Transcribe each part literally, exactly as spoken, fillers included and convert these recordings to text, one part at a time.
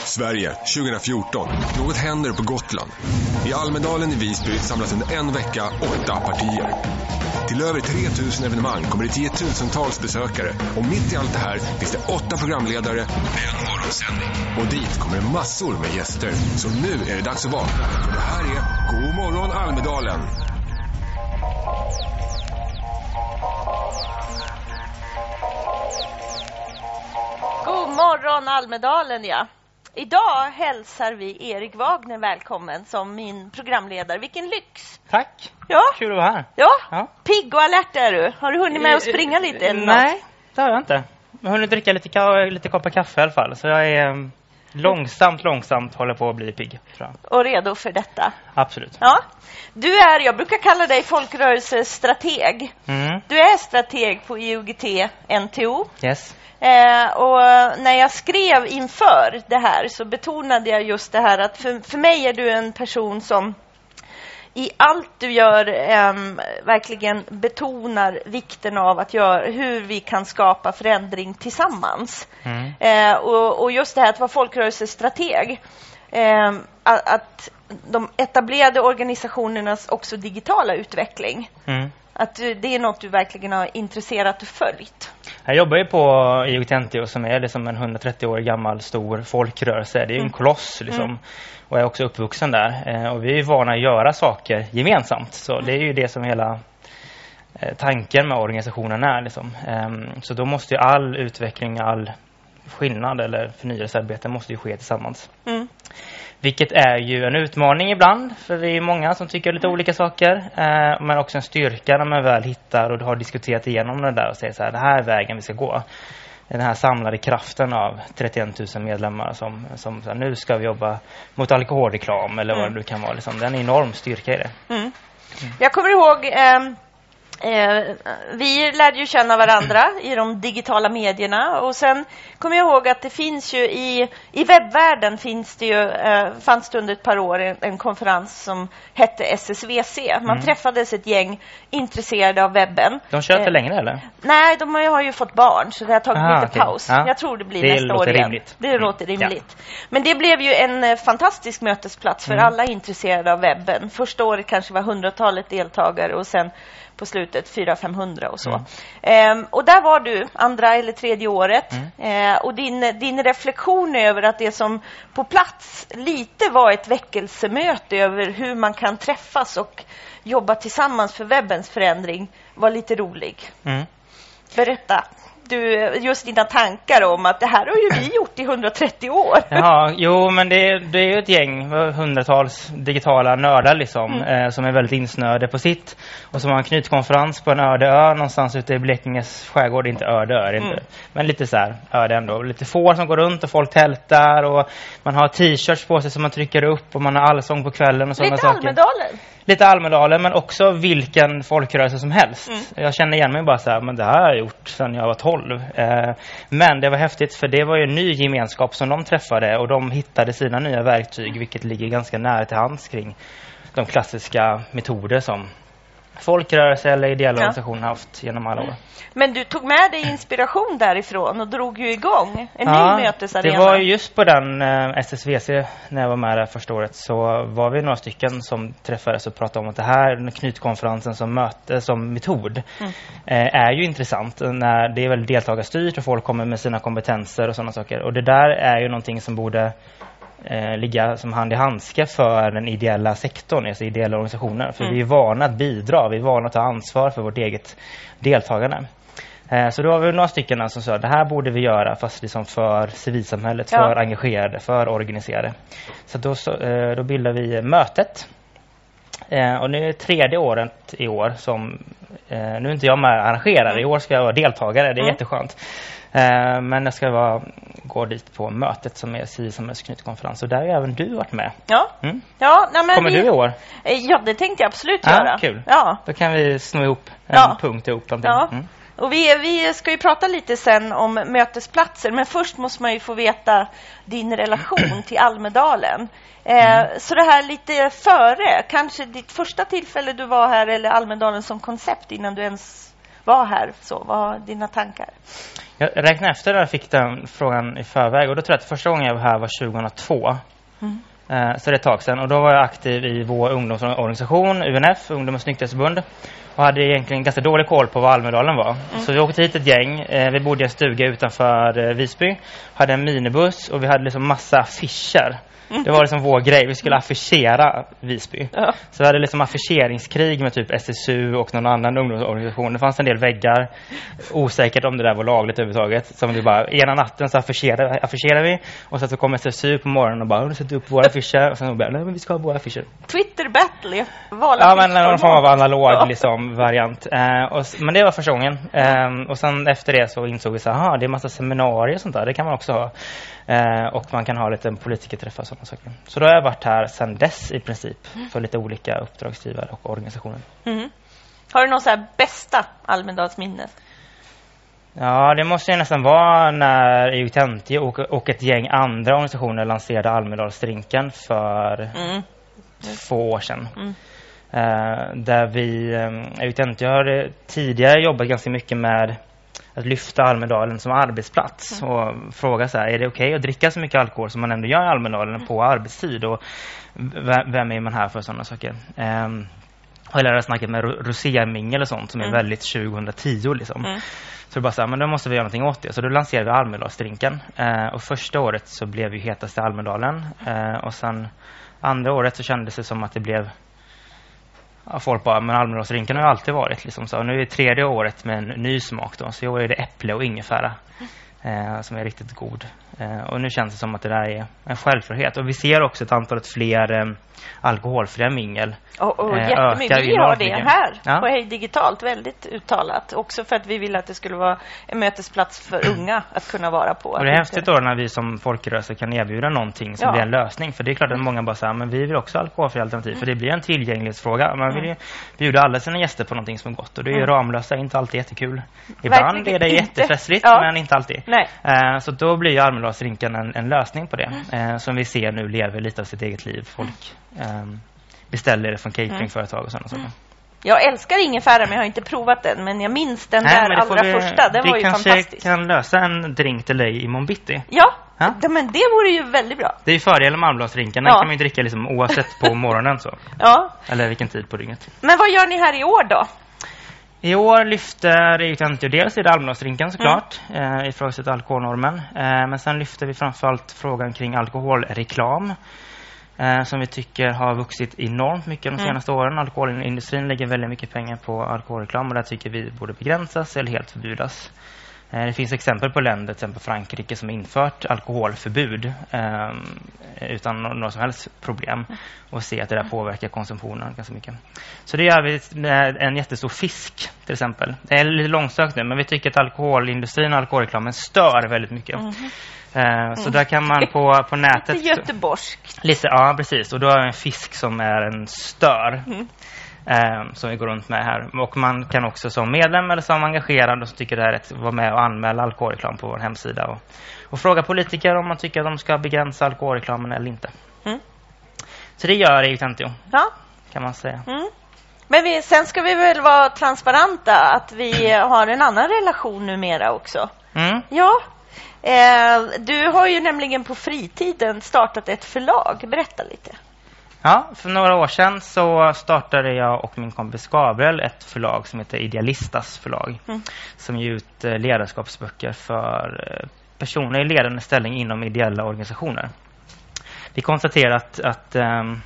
Sverige tjugo fjorton. Något händer på Gotland. I Almedalen i Visby samlas under en vecka åtta partier. Till över tre tusen evenemang kommer det tiotusentals besökare. Och mitt i allt det här finns det åtta programledare med en morgonsändning. Och dit kommer det massor med gäster. Så nu är det dags att vakna. För det här är God morgon Almedalen. God morgon Almedalen, ja. Idag hälsar vi Erik Wagner välkommen som min programledare. Vilken lyx! Tack! Ja. Kul att vara här. Ja, ja. Pigg och alert är du. Har du hunnit med att springa lite eller Nej, något? det har jag inte. Jag har hunnit dricka lite, ka- lite koppar kaffe i alla fall. Så jag är um, långsamt, långsamt håller på att bli pigg, tror jag. Och redo för detta? Absolut. Ja. Du är, jag brukar kalla dig folkrörelsestrateg. Mm. Du är strateg på I O G T N T O. Yes. Eh, och när jag skrev inför det här så betonade jag just det här att för, för mig är du en person som i allt du gör eh, verkligen betonar vikten av att göra, hur vi kan skapa förändring tillsammans. Mm. Eh, och, och just det här att vara folkrörelsestrateg, eh, att, att de etablerade organisationernas också digitala utveckling. Mm. Att du, det är något du verkligen har intresserat och följt. Jag jobbar ju på I O G T N T O som är liksom en hundratrettio år gammal stor folkrörelse. Det är ju en koloss liksom. Mm. Och jag är också uppvuxen där. Eh, och vi är vana att göra saker gemensamt. Så mm. det är ju det som hela eh, tanken med organisationen är. Liksom. Eh, så då måste ju all utveckling, all skillnad eller förnyelsearbete måste ju ske tillsammans. Mm. Vilket är ju en utmaning ibland, för vi är många som tycker lite olika saker. Eh, men också en styrka när man väl hittar och har diskuterat igenom det där och säger så här, det här är vägen vi ska gå. Den här samlade kraften av trettioen tusen medlemmar som, som så här, nu ska vi jobba mot alkoholreklam eller vad mm. det kan vara. Liksom. Det är en enorm styrka i det. Mm. Mm. Jag kommer ihåg... Eh... Eh, vi lärde ju känna varandra i de digitala medierna och sen kommer jag ihåg att det finns ju i, i webbvärlden finns det ju, eh, fanns det under ett par år en, en konferens som hette S S V C. Man mm. träffades ett gäng intresserade av webben. De kör inte eh, längre eller? Nej, de har ju, har ju fått barn så det har tagit Aha, lite okay. paus. Ja. Jag tror det blir det nästa år igen. Rimligt. Det låter rimligt. Ja. Men det blev ju en eh, fantastisk mötesplats för mm. alla intresserade av webben. Första året kanske var hundratalet deltagare och sen på slutet fyra till femhundra och så. Mm. Ehm, och där var du andra eller tredje året. Mm. Ehm, och din, din reflektion över att det som på plats lite var ett väckelsemöte över hur man kan träffas och jobba tillsammans för webbens förändring var lite rolig. Mm. Berätta. Du, just dina tankar om att det här har ju vi gjort i hundratrettio år. Ja, jo, men det, det är ju ett gäng, hundratals digitala nördar liksom, mm. eh, som är väldigt insnöade på sitt. Och som har en knytkonferens på en öde ö någonstans ute i Blekinges skärgård. Inte öde ö, inte. Mm. Men lite så här, öde ändå. Lite får som går runt och folk tältar och man har t-shirts på sig som man trycker upp och man har allsång på kvällen och sådana lite saker. Almedalen. Lite Almedalen, men också vilken folkrörelse som helst. Mm. Jag känner igen mig bara så här, men det här har jag gjort sedan jag var tolv. Eh, men det var häftigt för det var ju en ny gemenskap som de träffade och de hittade sina nya verktyg, vilket ligger ganska nära till hands kring de klassiska metoder som folkrörelse eller ideella ja. organisationer haft genom alla år. Men du tog med dig inspiration därifrån och drog ju igång en ja, ny mötesarena. Det var just på den eh, S S V C när jag var med där första året, så var vi några stycken som träffades och pratade om att det här knytkonferensen som möte, som metod mm. eh, är ju intressant när det är väl deltagarstyrt och folk kommer med sina kompetenser och sådana saker. Och det där är ju någonting som borde Eh, ligga som hand i handske för den ideella sektorn, alltså ideella organisationer. För mm. vi är vana att bidra, vi är vana att ta ansvar för vårt eget deltagande. Eh, så då var vi några stycken som sa, det här borde vi göra fast liksom för civilsamhället, ja. för engagerade, för organiserade. Så då, så, eh, då bildar vi mötet. Eh, och nu är det tredje året i år som, eh, nu är inte jag med arrangerare, mm. i år ska jag vara deltagare, det är mm. jätteskönt. Uh, men jag ska vara, gå dit på mötet som är civilsamhällsknytkonferens. Och där har även du varit med. Ja. Mm. ja nej, men Kommer vi... du i år? Ja, det tänkte jag absolut ah, göra. Kul. Ja. Då kan vi sno ihop en ja. punkt ihop. Ja. Mm. Och vi, vi ska ju prata lite sen om mötesplatser. Men först måste man ju få veta din relation till Almedalen. Eh, mm. Så det här lite före, kanske ditt första tillfälle du var här eller Almedalen som koncept innan du ens vara här. Så, vad var dina tankar? Jag räknade efter där jag fick den frågan i förväg. Och då tror jag att första gången jag var här var tjugohundratvå. Mm. Eh, så det är ett tag sedan. Och då var jag aktiv i vår ungdomsorganisation, U N F, Ungdomens nykterhetsförbund. Och hade egentligen ganska dålig koll på vad Almedalen var. Mm. Så vi åkte hit ett gäng. Eh, vi bodde i en stuga utanför eh, Visby. Hade en minibuss och vi hade liksom massa affischer. Mm. Det var liksom vår grej. Vi skulle affischera Visby. Ja. Så vi hade liksom affischeringskrig med typ S S U och någon annan ungdomsorganisation. Det fanns en del väggar. Osäkert om det där var lagligt överhuvudtaget. Som vi bara, ena natten så affischerade, affischerade vi. Och så kom S S U på morgonen och bara, har sätter upp våra affischer. Och sen bara, nej men vi ska ha våra affischer. Twitter battle. Ja, men någon form av analog ja. liksom, variant. Eh, och, men det var första gången. Eh, och sen efter det så insåg vi så här, det är massa seminarier och sånt där. Det kan man också ha. Eh, och man kan ha lite politikerträffar och sådana saker. Så då har jag varit här sedan dess i princip. För lite olika uppdragsgivare och organisationer. Mm. Har du någon så här bästa Almedalsminne? Ja, det måste ju nästan vara när E U Tentie och, och ett gäng andra organisationer lanserade Almedalsdrinken för mm. två år sedan. Mm. Uh, där vi, um, E U Tentie har tidigare jobbat ganska mycket med att lyfta Almedalen som arbetsplats. Mm. Och fråga så här, är det okej okay att dricka så mycket alkohol som man ändå gör i Almedalen mm. på arbetstid? Och vem är man här för sådana saker? Um, och jag har snackat med rosémingel och sånt som mm. är väldigt tjugohundratio liksom. Mm. Så det bara så här, men då måste vi göra någonting åt det. Så då lanserade vi Almedalsdrinken. Eh, och första året så blev vi hetaste Almedalen. Eh, och sen andra året så kändes det som att det blev... Ja, folk bara, men Almedalsdrinken har ju alltid varit liksom så. Och nu är det tredje året med en ny smak då. Så i år är det äpple och ingefära. Eh, som är riktigt god. Eh, och nu känns det som att det där är en självklarhet. Och vi ser också ett antal fler eh, alkoholfria mingel. Och, och eh, jättemycket. Vi har det här ja. på Hej Digitalt väldigt uttalat. Också för att vi vill att det skulle vara en mötesplats för unga att kunna vara på. Och det är häftigt då när vi som folkrörelse kan erbjuda någonting som ja. blir en lösning. För det är klart att många bara säger, men vi vill också ha alkoholfria alternativ. Mm. För det blir en tillgänglighetsfråga. Man vill ju bjuda alla sina gäster på någonting som är gott. Och det är ju mm. Ramlösa, inte alltid jättekul. Ibland verkligen är det jättefestligt, ja. men inte alltid. Nej. Eh, så då blir ju Almedalsdrinken en, en lösning på det. Eh, som vi ser nu lever lite av sitt eget liv. Folk eh, beställer det från cateringföretag och sådana saker. Mm. Jag älskar ingefära men jag har inte provat den. Men jag minns den Nej, där allra vi, första. Den var ju fantastisk. Vi kanske kan lösa en drink till dig i Monbitti. Ja, ja, men det vore ju väldigt bra. Det är ju fördelen med Almedalsdrinken. Den ja. kan man ju dricka liksom oavsett på morgonen så. Ja. Eller vilken tid på dygnet. Men vad gör ni här i år då? I år lyfter E U Tentie dels i Almedalsdrinken såklart, mm. eh, ifrågasatt alkoholnormen. Eh, men sen lyfter vi framförallt frågan kring alkoholreklam. Eh, som vi tycker har vuxit enormt mycket de mm. senaste åren. Alkoholindustrin lägger väldigt mycket pengar på alkoholreklam och där tycker vi borde begränsas eller helt förbjudas. Eh, det finns exempel på länder, till exempel Frankrike, som har infört alkoholförbud eh, utan några som helst problem och se att det där påverkar konsumtionen ganska mycket. Så det gör vi med en jättestor fisk till exempel. Det är lite långsökt nu, men vi tycker att alkoholindustrin och alkoholreklamen stör väldigt mycket. Mm. Uh, så mm. där kan man på, på nätet... Lite göteborgskt. Lite, ja, precis. Och då är en fisk som är en stör. Mm. Uh, som vi går runt med här. Och man kan också som medlem eller som engagerad och som tycker det är rätt vara med och anmäla alkoholreklam på vår hemsida. Och, och fråga politiker om man tycker att de ska begränsa alkoholreklamen eller inte. Mm. Så det gör E U Tentie. Ja. Kan man säga. Mm. Men vi, sen ska vi väl vara transparenta att vi har en annan relation numera också. Mm. Ja. Eh, du har ju nämligen på fritiden startat ett förlag. Berätta lite. Ja, för några år sedan så startade jag och min kompis Gabriel ett förlag som heter Idealistas förlag. Mm. Som ger ut ledarskapsböcker för personer i ledande ställning inom ideella organisationer. Vi konstaterar att, att um,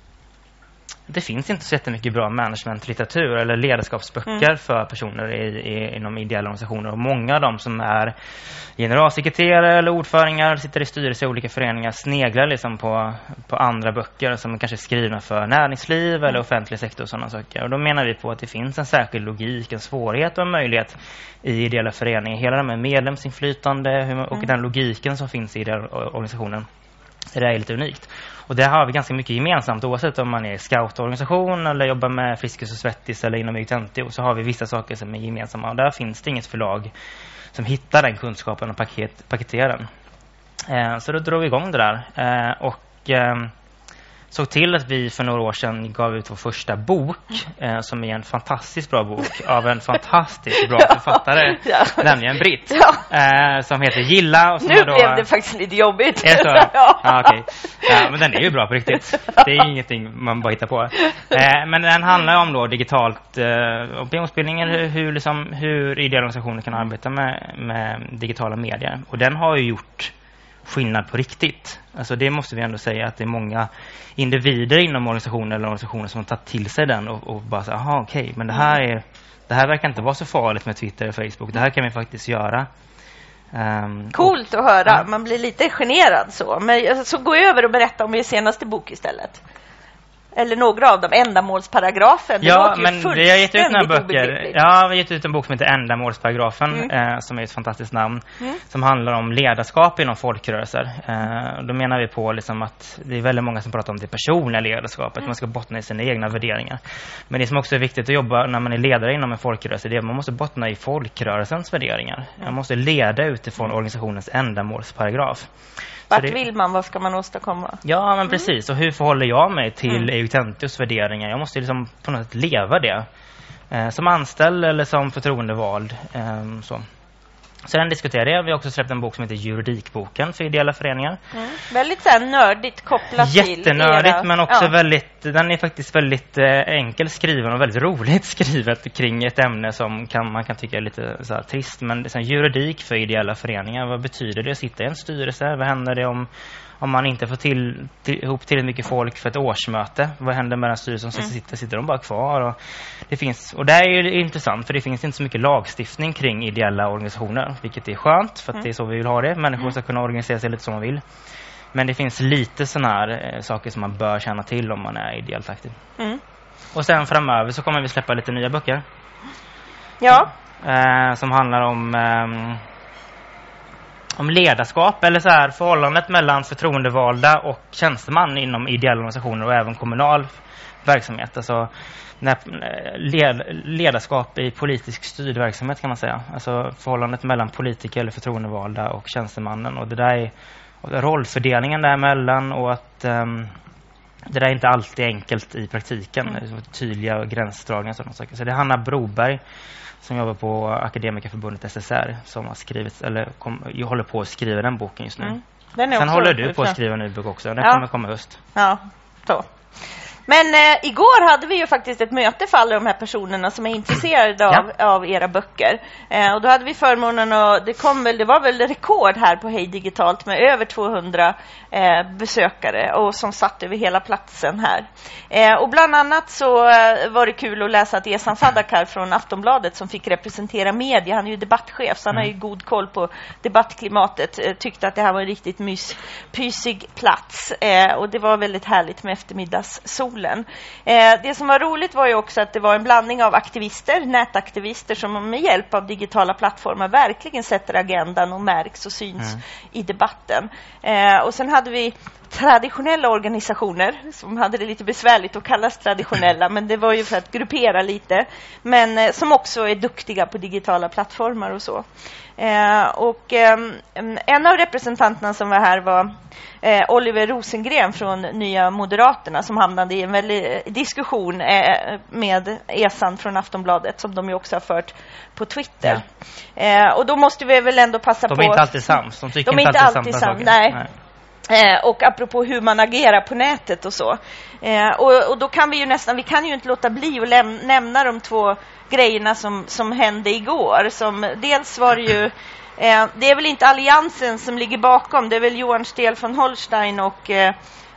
det finns inte så jättemycket bra managementlitteratur eller ledarskapsböcker mm. för personer i, i, inom ideella organisationer. Och många av dem som är generalsekreterare eller ordföringar, sitter i styrelse i olika föreningar, sneglar liksom på, på andra böcker som kanske är skrivna för näringsliv eller offentlig sektor och sådana saker. Och då menar vi på att det finns en särskild logik, en svårighet och en möjlighet i ideella föreningar. Hela det med medlemsinflytande hur man, och mm. den logiken som finns i ideella organisationen. Det är lite unikt. Och där har vi ganska mycket gemensamt oavsett om man är scoutorganisation eller jobbar med Friskis och Svettis eller inom E U Tentie. Så har vi vissa saker som är gemensamma. Och där finns det inget förlag som hittar den kunskapen och paket, paketerar den. Eh, så då drog vi igång det där. Eh, och eh, såg till att vi för några år sedan gav ut vår första bok eh, som är en fantastiskt bra bok av en fantastiskt bra författare, ja. nämligen Britt, ja. eh, som heter Gilla. Och som nu då, blev det faktiskt lite jobbigt. Är så? ja. Ja, okay. ja, men den är ju bra på riktigt. Det är ingenting man bara hittar på. Eh, men den handlar om då digitalt eh, opinionsbildning, hur, hur, liksom, hur ideella organisationer kan arbeta med, med digitala medier. Och den har ju gjort skillnad på riktigt. Alltså det måste vi ändå säga, att det är många individer inom organisationer eller organisationer som har tagit till sig den och, och bara säga, aha okej, okay, men det här är det här verkar inte vara så farligt med Twitter och Facebook. Det här kan vi faktiskt göra. Um, Coolt och, att höra. Ja. Man blir lite generad så. Men så gå över och berätta om er senaste bok istället. Eller några av dem, ändamålsparagrafen. Det ja, men vi har gett ut några böcker. Ja, vi har gett ut en bok som heter Ändamålsparagrafen, mm. eh, som är ett fantastiskt namn, mm. som handlar om ledarskap inom folkrörelser. Eh, då menar vi på liksom att det är väldigt många som pratar om det personliga ledarskapet. Mm. Man ska bottna i sina egna värderingar. Men det som också är viktigt att jobba när man är ledare inom en folkrörelse, det är att man måste bottna i folkrörelsens värderingar. Mm. Man måste leda utifrån organisationens ändamålsparagraf. Vart det, vill man? Vad ska man åstadkomma? Ja, men mm. precis. Och hur förhåller jag mig till mm. Eugtentius värderingar? Jag måste liksom på något sätt leva det. Eh, som anställd eller som förtroendevald. Eh, så. Så den diskuterar jag. Vi har också släppt en bok som heter Juridikboken för ideella föreningar. Mm. Väldigt så här nördigt kopplat till Jättenördigt, era... men också ja. väldigt, den är faktiskt väldigt eh, enkel skriven och väldigt roligt skrivet kring ett ämne som kan, man kan tycka är lite så här trist. Men liksom, juridik för ideella föreningar, vad betyder det att sitta i en styrelse? Vad händer det om, om man inte får till, till, ihop tillräckligt mycket folk för ett årsmöte? Vad händer med den styrelsen som mm. sitter? Sitter de bara kvar? Och det, finns, och det är ju intressant, för det finns inte så mycket lagstiftning kring ideella organisationer, vilket är skönt, för att mm. det är så vi vill ha det. Människor ska kunna organisera sig lite som man vill. Men det finns lite sådana här eh, saker som man bör känna till om man är ideellt aktiv. Mm. Och sen framöver så kommer vi släppa lite nya böcker. Ja. Eh, som handlar om... Eh, om ledarskap eller så här förhållandet mellan förtroendevalda och tjänsteman inom ideella organisationer och även kommunal verksamhet. Alltså när, led, ledarskap i politisk styrd verksamhet kan man säga. Alltså förhållandet mellan politiker eller förtroendevalda och tjänstemannen. Och det där är rollfördelningen däremellan, och att um, det där är inte alltid enkelt i praktiken. Mm. Tydliga gränsdragningar och sådana saker. Så det är Hanna Broberg som jobbar på Akademikerförbundet S S R som har skrivit, eller kom, jag håller på att skriva den boken just nu. Mm. Den är Sen håller du på att skriva en ny bok också. Den ja. kommer komma höst. Ja, så. Men eh, igår hade vi ju faktiskt ett möte för alla de här personerna som är intresserade av, ja. av era böcker. Eh, och då hade vi förmånen, och det, kom väl, det var väl rekord här på Hej Digitalt med över tvåhundra eh, besökare och som satt över hela platsen här. Eh, och bland annat så eh, var det kul att läsa att Esan Fadakar från Aftonbladet, som fick representera media, han är ju debattchef så han mm. har ju god koll på debattklimatet, eh, tyckte att det här var en riktigt mys, pysig plats. Eh, och det var väldigt härligt med eftermiddagssol. Eh, det som var roligt var ju också att det var en blandning av aktivister, nätaktivister som med hjälp av digitala plattformar verkligen sätter agendan och märks och syns mm. i debatten. Eh, och sen hade vi traditionella organisationer som hade det lite besvärligt att kallas traditionella, men det var ju för att gruppera lite, men eh, som också är duktiga på digitala plattformar och så. Eh, och eh, en av representanterna som var här var eh, Oliver Rosengren från Nya Moderaterna, som hamnade i en väldig diskussion eh, med Esan från Aftonbladet, som de ju också har fört på Twitter. Ja. Eh, och då måste vi väl ändå passa de på... De är inte alltid sams. De tycker de är inte alltid, alltid samma sam, nej. nej. Eh, och apropå hur man agerar på nätet och så. Eh, och, och då kan vi ju nästan, vi kan ju inte låta bli att läm- nämna de två grejerna som, som hände igår. Som, dels var det ju, eh, det är väl inte alliansen som ligger bakom, det är väl Johan Steel von Holstein och eh,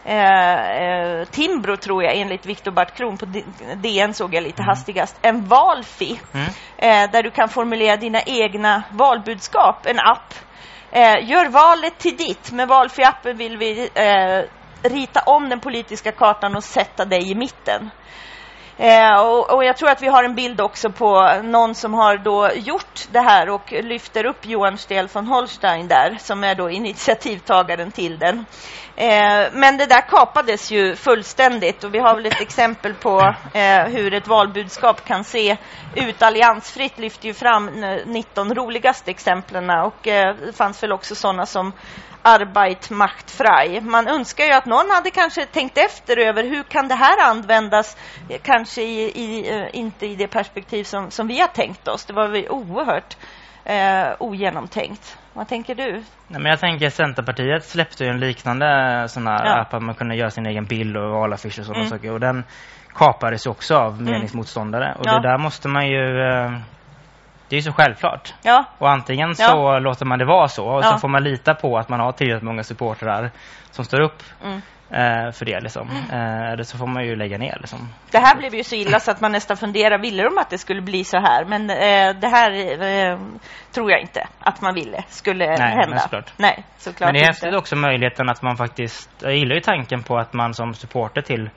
eh, Timbro, tror jag, enligt Viktor Bartkron på D N såg jag lite mm. hastigast. En valfi, mm. eh, där du kan formulera dina egna valbudskap, en app. Eh, gör valet till ditt. Med Valfi-appen vill vi eh, rita om den politiska kartan och sätta dig i mitten. Eh, och, och jag tror att vi har en bild också på någon som har då gjort det här och lyfter upp Johan Steel von Holstein där, som är då initiativtagaren till den. Eh, men det där kapades ju fullständigt, och vi har väl ett exempel på eh, hur ett valbudskap kan se ut. Alliansfritt lyfter ju fram nitton roligaste exemplen, och eh, det fanns väl också sådana som Arbeit macht frei. Man önskar ju att någon hade kanske tänkt efter över hur kan det här användas, kanske i, i, inte i det perspektiv som, som vi har tänkt oss. Det var väl oerhört eh, ogenomtänkt. Vad tänker du? Nej, men jag tänker Centerpartiet släppte ju en liknande sån här Ja. app att man kunde göra sin egen bild och valaffischer och sådana Mm. saker. Och den kapades ju också av meningsmotståndare. Och Ja. det där måste man ju... Eh, det är ju så självklart. Ja. Och antingen så Ja. låter man det vara så och Ja. så får man lita på att man har tillräckligt många supportrar som står upp Mm. eh, för det liksom. Eh, eller så får man ju lägga ner liksom. Det här blev ju så illa så att man nästan funderar, ville de att det skulle bli så här? Men eh, det här eh, tror jag inte att man ville skulle Nej, hända. men såklart. Nej, såklart Men det är inte. häftigt också möjligheten att man faktiskt, jag gillar ju tanken på att man som supporter till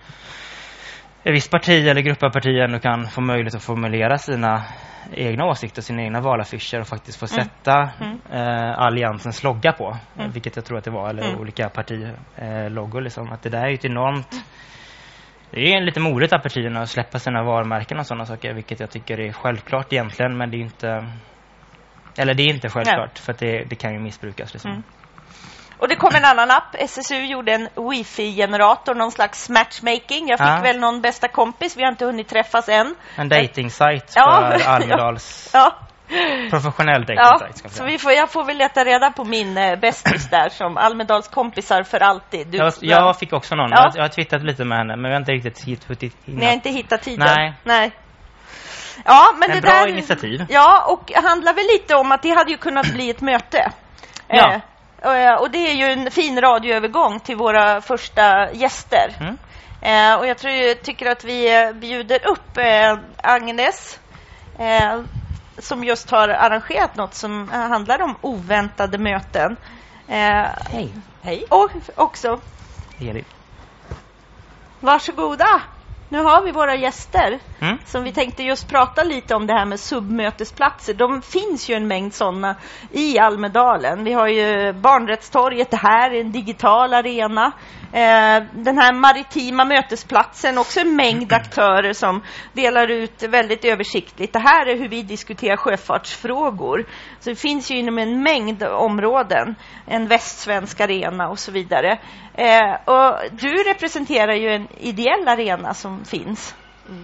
ett visst parti eller grupp av partier nu kan få möjlighet att formulera sina egna åsikter, sina egna valaffischer och faktiskt få Mm. sätta Mm. eh, alliansens logga på, Mm. eh, vilket jag tror att det var, eller Mm. olika partiloggor eh, liksom. Att det där är ju ett enormt, det är ju lite modigt av partierna att släppa sina varumärken och sådana saker, vilket jag tycker är självklart egentligen, men det är inte, eller det är inte självklart, för att det, det kan ju missbrukas liksom. Mm. Och det kom en annan app. S S U gjorde en wifi-generator, någon slags matchmaking. Jag fick Ja. väl någon bästa kompis, vi har inte hunnit träffas än. En dating-sajt Ja. för Almedals Ja, professionell ja. dating-sajt, ska jag Så säga. vi får, jag får väl leta reda på min eh, bästis där som Almedals kompisar för alltid. Du, Jag, jag fick också någon. Ja. Jag, jag har twittrat lite med henne, men vi har inte riktigt hit på dit Ni har inte hittat tiden? Nej. Nej. Ja, men En det bra där, initiativ. Ja, och handlar väl lite om att det hade ju kunnat bli ett möte. Ja. Eh, och, och det är ju en fin radioövergång till våra första gäster. Mm. Eh, och jag tror, jag tycker att vi eh, bjuder upp eh, Agnes eh, som just har arrangerat något som eh, handlar om oväntade möten. Eh, Hej. hej. Och också, Elin. varsågoda. Nu har vi våra gäster. Mm. Som vi tänkte just prata lite om det här med submötesplatser. De finns ju en mängd sådana i Almedalen. Vi har ju Barnrättstorget, det här är en digital arena. Eh, den här maritima mötesplatsen, också en mängd aktörer som delar ut väldigt översiktligt. Det här är hur vi diskuterar sjöfartsfrågor. Så det finns ju inom en mängd områden. En västsvensk arena och så vidare. Eh, och du representerar ju en ideell arena som finns. Mm.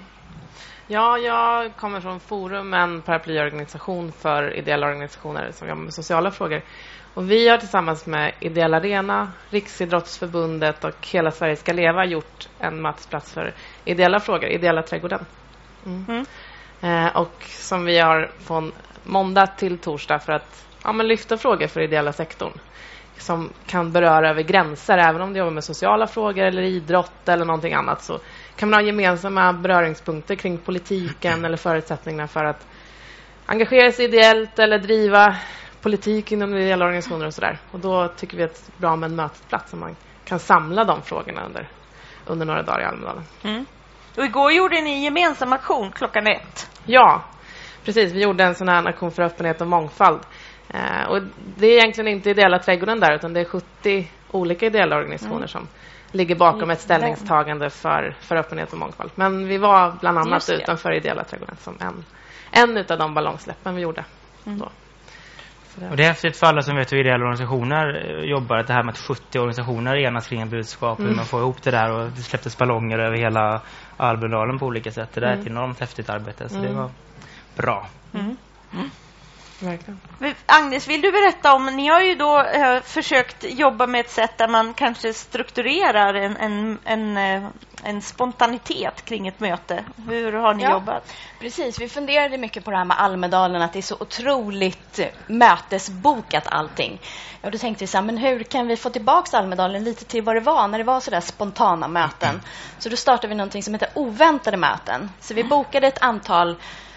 Ja, jag kommer från Forum, en paraplyorganisation för ideella organisationer som jobbar med sociala frågor. Och vi har tillsammans med Ideell Arena, Riksidrottsförbundet och Hela Sverige ska leva gjort en mötesplats för ideella frågor, Ideella trädgården. Mm. Mm. Eh, och som vi har från måndag till torsdag för att ja, men lyfta frågor för ideella sektorn som kan beröra över gränser, även om det jobbar med sociala frågor eller idrott eller någonting annat, så kan man ha gemensamma beröringspunkter kring politiken eller förutsättningarna för att engagera sig ideellt eller driva politik inom ideella organisationer och sådär. Och då tycker vi att det är bra med en mötesplats som man kan samla de frågorna under, under några dagar i Almedalen. Mm. Och igår gjorde ni en gemensam aktion klockan ett. Ja, precis. Vi gjorde en sån här aktion för öppenhet och mångfald. Eh, och det är egentligen inte ideella trädgården där, utan det är sjuttio olika ideella organisationer mm. som ligger bakom ett ställningstagande för, för öppenhet och mångfald. Men vi var bland annat utanför ideella trädgården som en, en utav de ballongsläppen vi gjorde mm. då. Det. Och det är häftigt för alla som vet hur ideella organisationer jobbar, det här med att sjuttio organisationer enas kring en budskap, mm. hur man får ihop det där, och det släpptes ballonger över hela Almedalen på olika sätt. Det där mm. är ett enormt häftigt arbete, så mm. det var bra. Mm. Mm. Verkligen. Agnes, vill du berätta om, ni har ju då eh, försökt jobba med ett sätt där man kanske strukturerar en, en, en, eh, en spontanitet kring ett möte. Hur har ni ja, jobbat? Precis, vi funderade mycket på det här med Almedalen, att det är så otroligt mötesbokat allting. Och då tänkte vi så här, men hur kan vi få tillbaka Almedalen lite till vad det var när det var så där spontana möten? Så då startade vi någonting som heter oväntade möten. Så vi bokade ett antal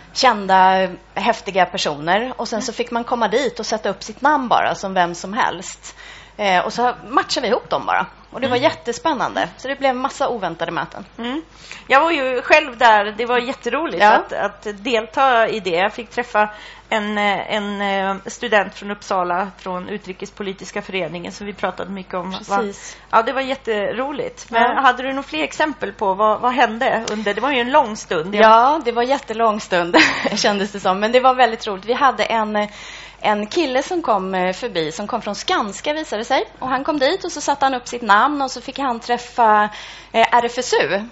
kända, häftiga personer, och sen så fick man komma dit och sätta upp sitt namn bara som vem som helst. Eh, och så matchade vi ihop dem bara. Och det var jättespännande. Så det blev massa oväntade möten. Mm. Jag var ju själv där. Det var jätteroligt Ja. att, att delta i det. Jag fick träffa en, en student från Uppsala från Utrikespolitiska föreningen, så vi pratade mycket om. Precis. Va? Ja, det var jätteroligt. Men Ja. hade du några fler exempel på vad, vad hände under? Det var ju en lång stund. Ja, det var jättelång stund kändes det som. Men det var väldigt roligt. Vi hade en... En kille som kom eh, förbi, som kom från Skanska visade sig. Och han kom dit och så satte han upp sitt namn och så fick han träffa eh, R F S U. Mm.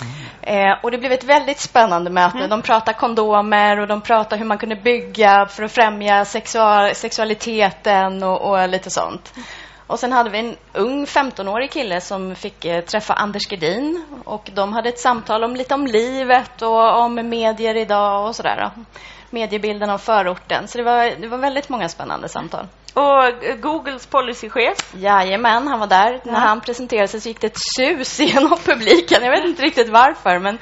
Eh, och det blev ett väldigt spännande möte. Mm. De pratade kondomer och de pratade hur man kunde bygga för att främja sexual- sexualiteten och, och lite sånt. Och sen hade vi en ung femtonårig kille som fick eh, träffa Anders Gedin. Och de hade ett samtal om lite om livet och om medier idag och sådär då. Mediebilden av förorten. Så det var, det var väldigt många spännande samtal. Och Googles policychef? Jajamän, han var där. Ja. När han presenterade sig så gick det ett sus genom publiken. Jag vet inte riktigt varför, men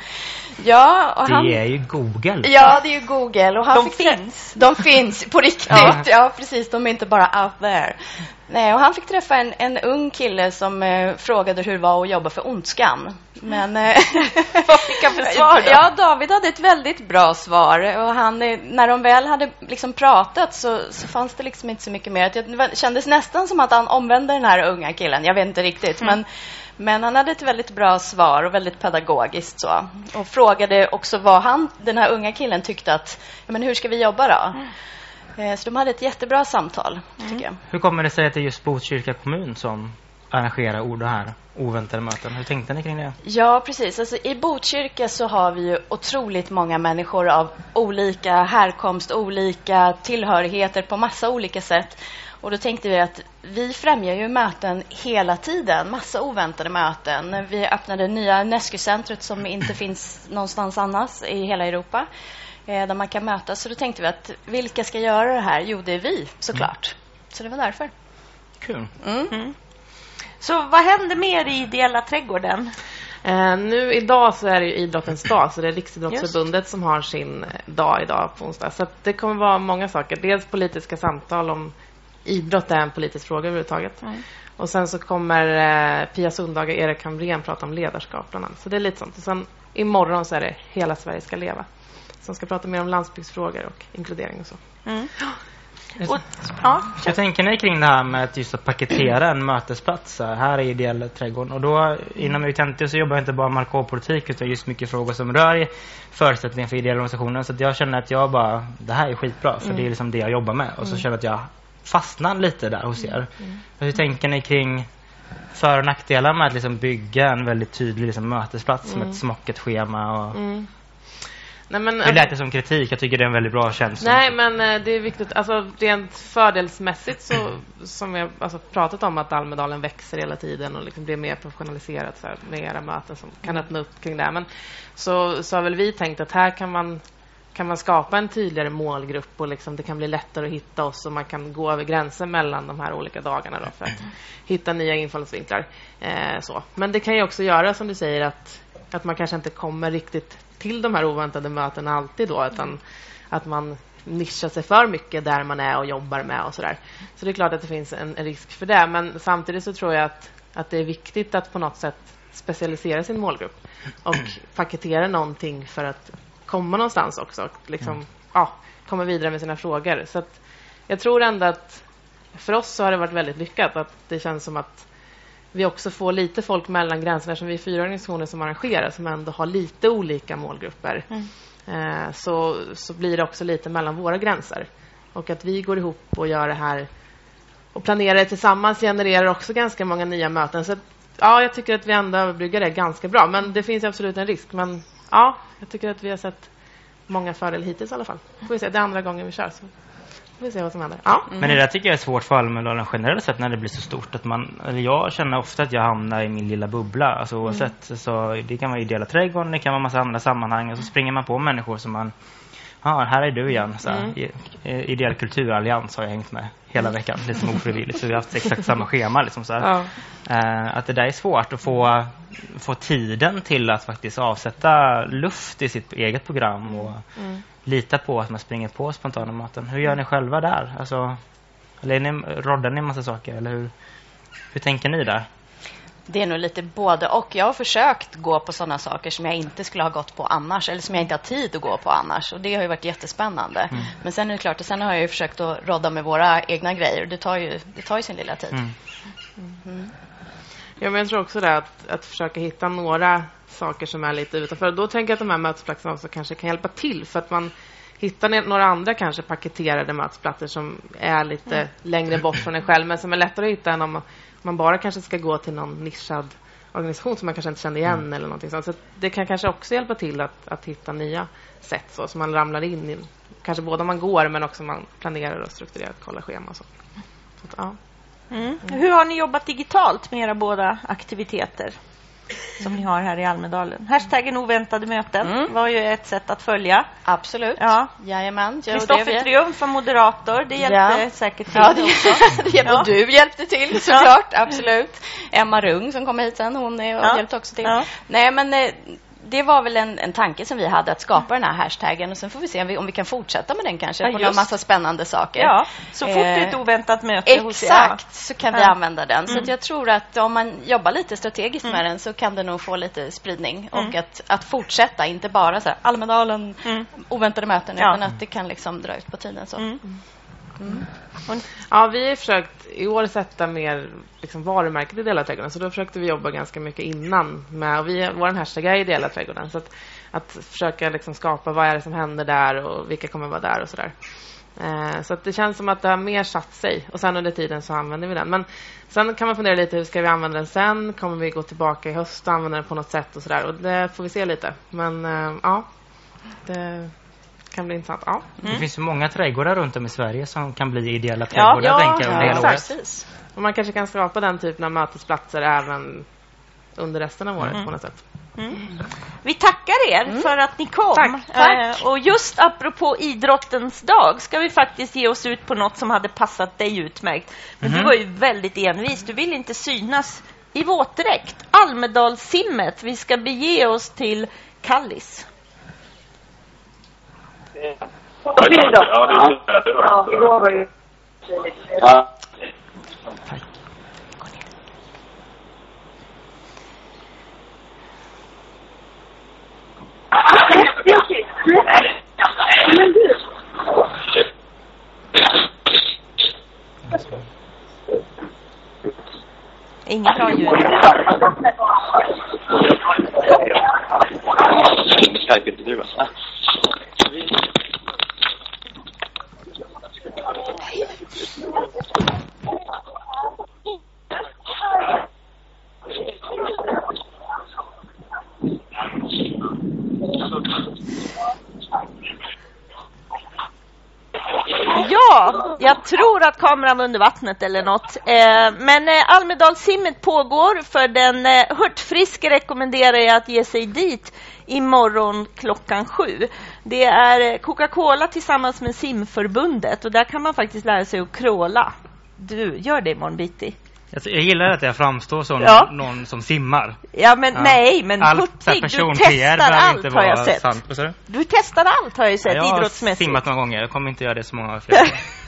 ja. Och det han... är ju Google. Ja, det är ju Google. Och han de fick finns. De finns på riktigt. Ja. Ja, precis. De är inte bara out there. Nej, och han fick träffa en, en ung kille som eh, frågade hur det var att jobba för Ondskan. Men eh, vad fick han för svar då? Ja, David hade ett väldigt bra svar. Och han, eh, när de väl hade liksom pratat så, så fanns det liksom inte så mycket mer. Det kändes nästan som att han omvände den här unga killen. Jag vet inte riktigt, mm. men Men han hade ett väldigt bra svar och väldigt pedagogiskt så. Och frågade också vad han, den här unga killen tyckte att, ja, men hur ska vi jobba då? Mm. Så de hade ett jättebra samtal, mm. tycker jag. Hur kommer det sig att det är just Botkyrka kommun som arrangerar ord och här oväntade möten? Hur tänkte ni kring det? Ja, precis. Alltså, i Botkyrka så har vi ju otroligt många människor av olika härkomst, olika tillhörigheter på massa olika sätt. Och då tänkte vi att vi främjar ju möten hela tiden, massa oväntade möten. Vi öppnade nya Nesky-centret som inte finns någonstans annars i hela Europa, eh, där man kan mötas. Så då tänkte vi att vilka ska göra det här? Jo, det är vi såklart. Mm. Så det var därför. Kul. Mm. Mm. Så vad händer mer i Ideella trädgården? Eh, nu idag så är det ju idrottens dag, så det är Riksidrottsförbundet som har sin dag idag på onsdag. Så att det kommer vara många saker. Dels politiska samtal om idrott är en politisk fråga överhuvudtaget. Mm. Och sen så kommer eh, Pia Sundhage och Erik Hamrén prata om ledarskap bland annat. Så det är lite sånt. Och sen imorgon så är det Hela Sverige ska leva, som ska prata mer om landsbygdsfrågor och inkludering och så. Mm. Och, ja. Jag tänker ni kring det här med att just att paketera en mötesplats här i Ideella trädgården. Och då inom U T N T så jobbar jag inte bara med alkoholpolitik utan just mycket frågor som rör förutsättningar för ideella organisationer. Så att jag känner att jag bara, det här är skitbra för mm. det är liksom det jag jobbar med. Och så känner jag att jag fastnar lite där hos er. Mm. Hur tänker ni kring för- och nackdelar med att liksom bygga en väldigt tydlig liksom mötesplats mm. med ett smocket schema och... Mm. Nej, men, det lät det som kritik. Jag tycker det är en väldigt bra känsla. Nej, men det är viktigt. Alltså, rent fördelsmässigt så, som vi har alltså, pratat om, att Almedalen växer hela tiden och liksom blir mer professionaliserat så här, med era möten som kan öppna upp kring det. Men så, så har väl vi tänkt att här kan man, kan man skapa en tydligare målgrupp och liksom, det kan bli lättare att hitta oss och man kan gå över gränsen mellan de här olika dagarna då, för att hitta nya infallsvinklar. Eh, så. Men det kan ju också göra, som du säger, att, att man kanske inte kommer riktigt till de här oväntade mötena alltid då, utan att man nischar sig för mycket där man är och jobbar med och sådär. Så det är klart att det finns en, en risk för det, men samtidigt så tror jag att, att det är viktigt att på något sätt specialisera sin målgrupp och paketera någonting för att komma någonstans också och liksom, mm. ja, komma vidare med sina frågor. Så att jag tror ändå att för oss så har det varit väldigt lyckat, att det känns som att vi också får lite folk mellan gränserna, som vi är fyra organisationer som arrangerar som ändå har lite olika målgrupper. Mm. Eh, så, så blir det också lite mellan våra gränser. Och att vi går ihop och gör det här och planerar det tillsammans genererar också ganska många nya möten. Så att, ja, jag tycker att vi ändå överbryggar det ganska bra. Men det finns absolut en risk. Men ja, jag tycker att vi har sett många fördelar hittills i alla fall. Får vi se, det är andra gången vi kör, så får vi se vad som händer. Ja. Mm. Men det där tycker jag är svårt för Almedalen generellt sett när det blir så stort. Att man, eller jag känner ofta att jag hamnar i min lilla bubbla. Alltså oavsett. Mm. Så det kan vara Ideella trädgården, det kan vara massa andra sammanhang. Och så springer man på människor som man, ja, här är du igen. Så här, mm. i, i, Ideell kulturallians har jag hängt med hela veckan, lite som ofrivilligt. Så vi har haft exakt samma schema. Liksom, så här. Ja. Uh, att det där är svårt att få, få tiden till att faktiskt avsätta luft i sitt eget program och mm. lita på att man springer på spontana möten. Hur gör ni själva där? Alltså, eller är ni, roddar ni en massa saker? Eller hur, hur tänker ni där? Det är nog lite både och. Jag har försökt gå på sådana saker som jag inte skulle ha gått på annars, eller som jag inte har tid att gå på annars, och det har ju varit jättespännande. Mm. Men sen är det klart, och sen har jag ju försökt att rodda med våra egna grejer, och det tar ju, det tar ju sin lilla tid. Mm. Mm. Ja, men jag tror också det att, att försöka hitta några saker som är lite utanför. Då tänker jag att de här mötesplatserna också kanske kan hjälpa till, för att man hittar några andra kanske paketerade mötesplatser som är lite mm. längre bort från en själv, men som är lättare att hitta än om man bara kanske ska gå till någon nischad organisation som man kanske inte känner igen mm. eller någonting sånt. Så det kan kanske också hjälpa till att, att hitta nya sätt så, så man ramlar in i, kanske både om man går men också om man planerar och strukturerar, kolla schema och så. Så att, ja. Mm. Mm. Hur har ni jobbat digitalt med era båda aktiviteter som ni har här i Almedalen? Hashtaggen oväntade möten mm. var ju ett sätt att följa. Absolut. Ja. Jajamän. Kristoffer Triumf var moderator. Det hjälpte ja. säkert till ja, det, också. det hjälpte, ja. Och du hjälpte till såklart. Ja. Absolut. Emma Rung som kom hit sen, hon är, ja. hjälpte också till. Ja. Nej, men det var väl en, en tanke som vi hade, att skapa den här hashtaggen, och sen får vi se om vi, om vi kan fortsätta med den kanske ja, på en massa spännande saker. Ja, så fort eh, det är ett oväntat möte exakt, hos er. Så kan vi ja. använda den. Så mm. att jag tror att om man jobbar lite strategiskt mm. med den, så kan det nog få lite spridning mm. och att, att fortsätta, inte bara så här Almedalen, mm. oväntade möten, ja. utan att det kan liksom dra ut på tiden så. Mm. Mm. Ja, vi har försökt i år sätta mer liksom varumärket i Ideella trädgården, så då försökte vi jobba ganska mycket innan med, och vi, vår hashtag är Ideella trädgården, så att, att försöka liksom skapa vad är det som händer där och vilka kommer vara där och sådär. Eh, så att det känns som att det har mer satt sig, och sen under tiden så använder vi den. Men sen kan man fundera lite, hur ska vi använda den sen? Kommer vi gå tillbaka i höst och använda den på något sätt och sådär, och det får vi se lite. Men eh, ja, det kan bli intressant. Ja. Mm. Det finns så många trädgårdar runt om i Sverige som kan bli ideella trädgårdar. Ja, ja, tänker jag, ja precis. Och man kanske kan skapa den typen av mötesplatser även under resten av året mm. på något sätt. Mm. Vi tackar er mm. för att ni kom. Tack, tack. Eh, och just apropå idrottens dag ska vi faktiskt ge oss ut på något som hade passat dig utmärkt. Men mm. du var ju väldigt envis. Du vill inte synas i våtdräkt. Almedalssimmet. Vi ska bege oss till Kallis. Ja, det är ja, det var ju ja. Tack. Men du. Inget bra ljud. Skype inte du. Ja, jag tror att kameran var under vattnet eller något. Eh, men eh, Almedalssimmet pågår, för den eh, hurtfriske rekommenderar jag att ge sig dit imorgon klockan sju. Det är Coca-Cola tillsammans med Simförbundet, och där kan man faktiskt lära sig att kråla. Du, gör det imorgon bitti. Jag gillar att jag framstår som ja. någon som simmar. Ja, men ja. nej, men hurtig, du testar allt har jag sett. Sant, du testar allt har jag ju sett ja, idrottsmässigt. Jag har simmat några gånger, jag kommer inte göra det så många fler.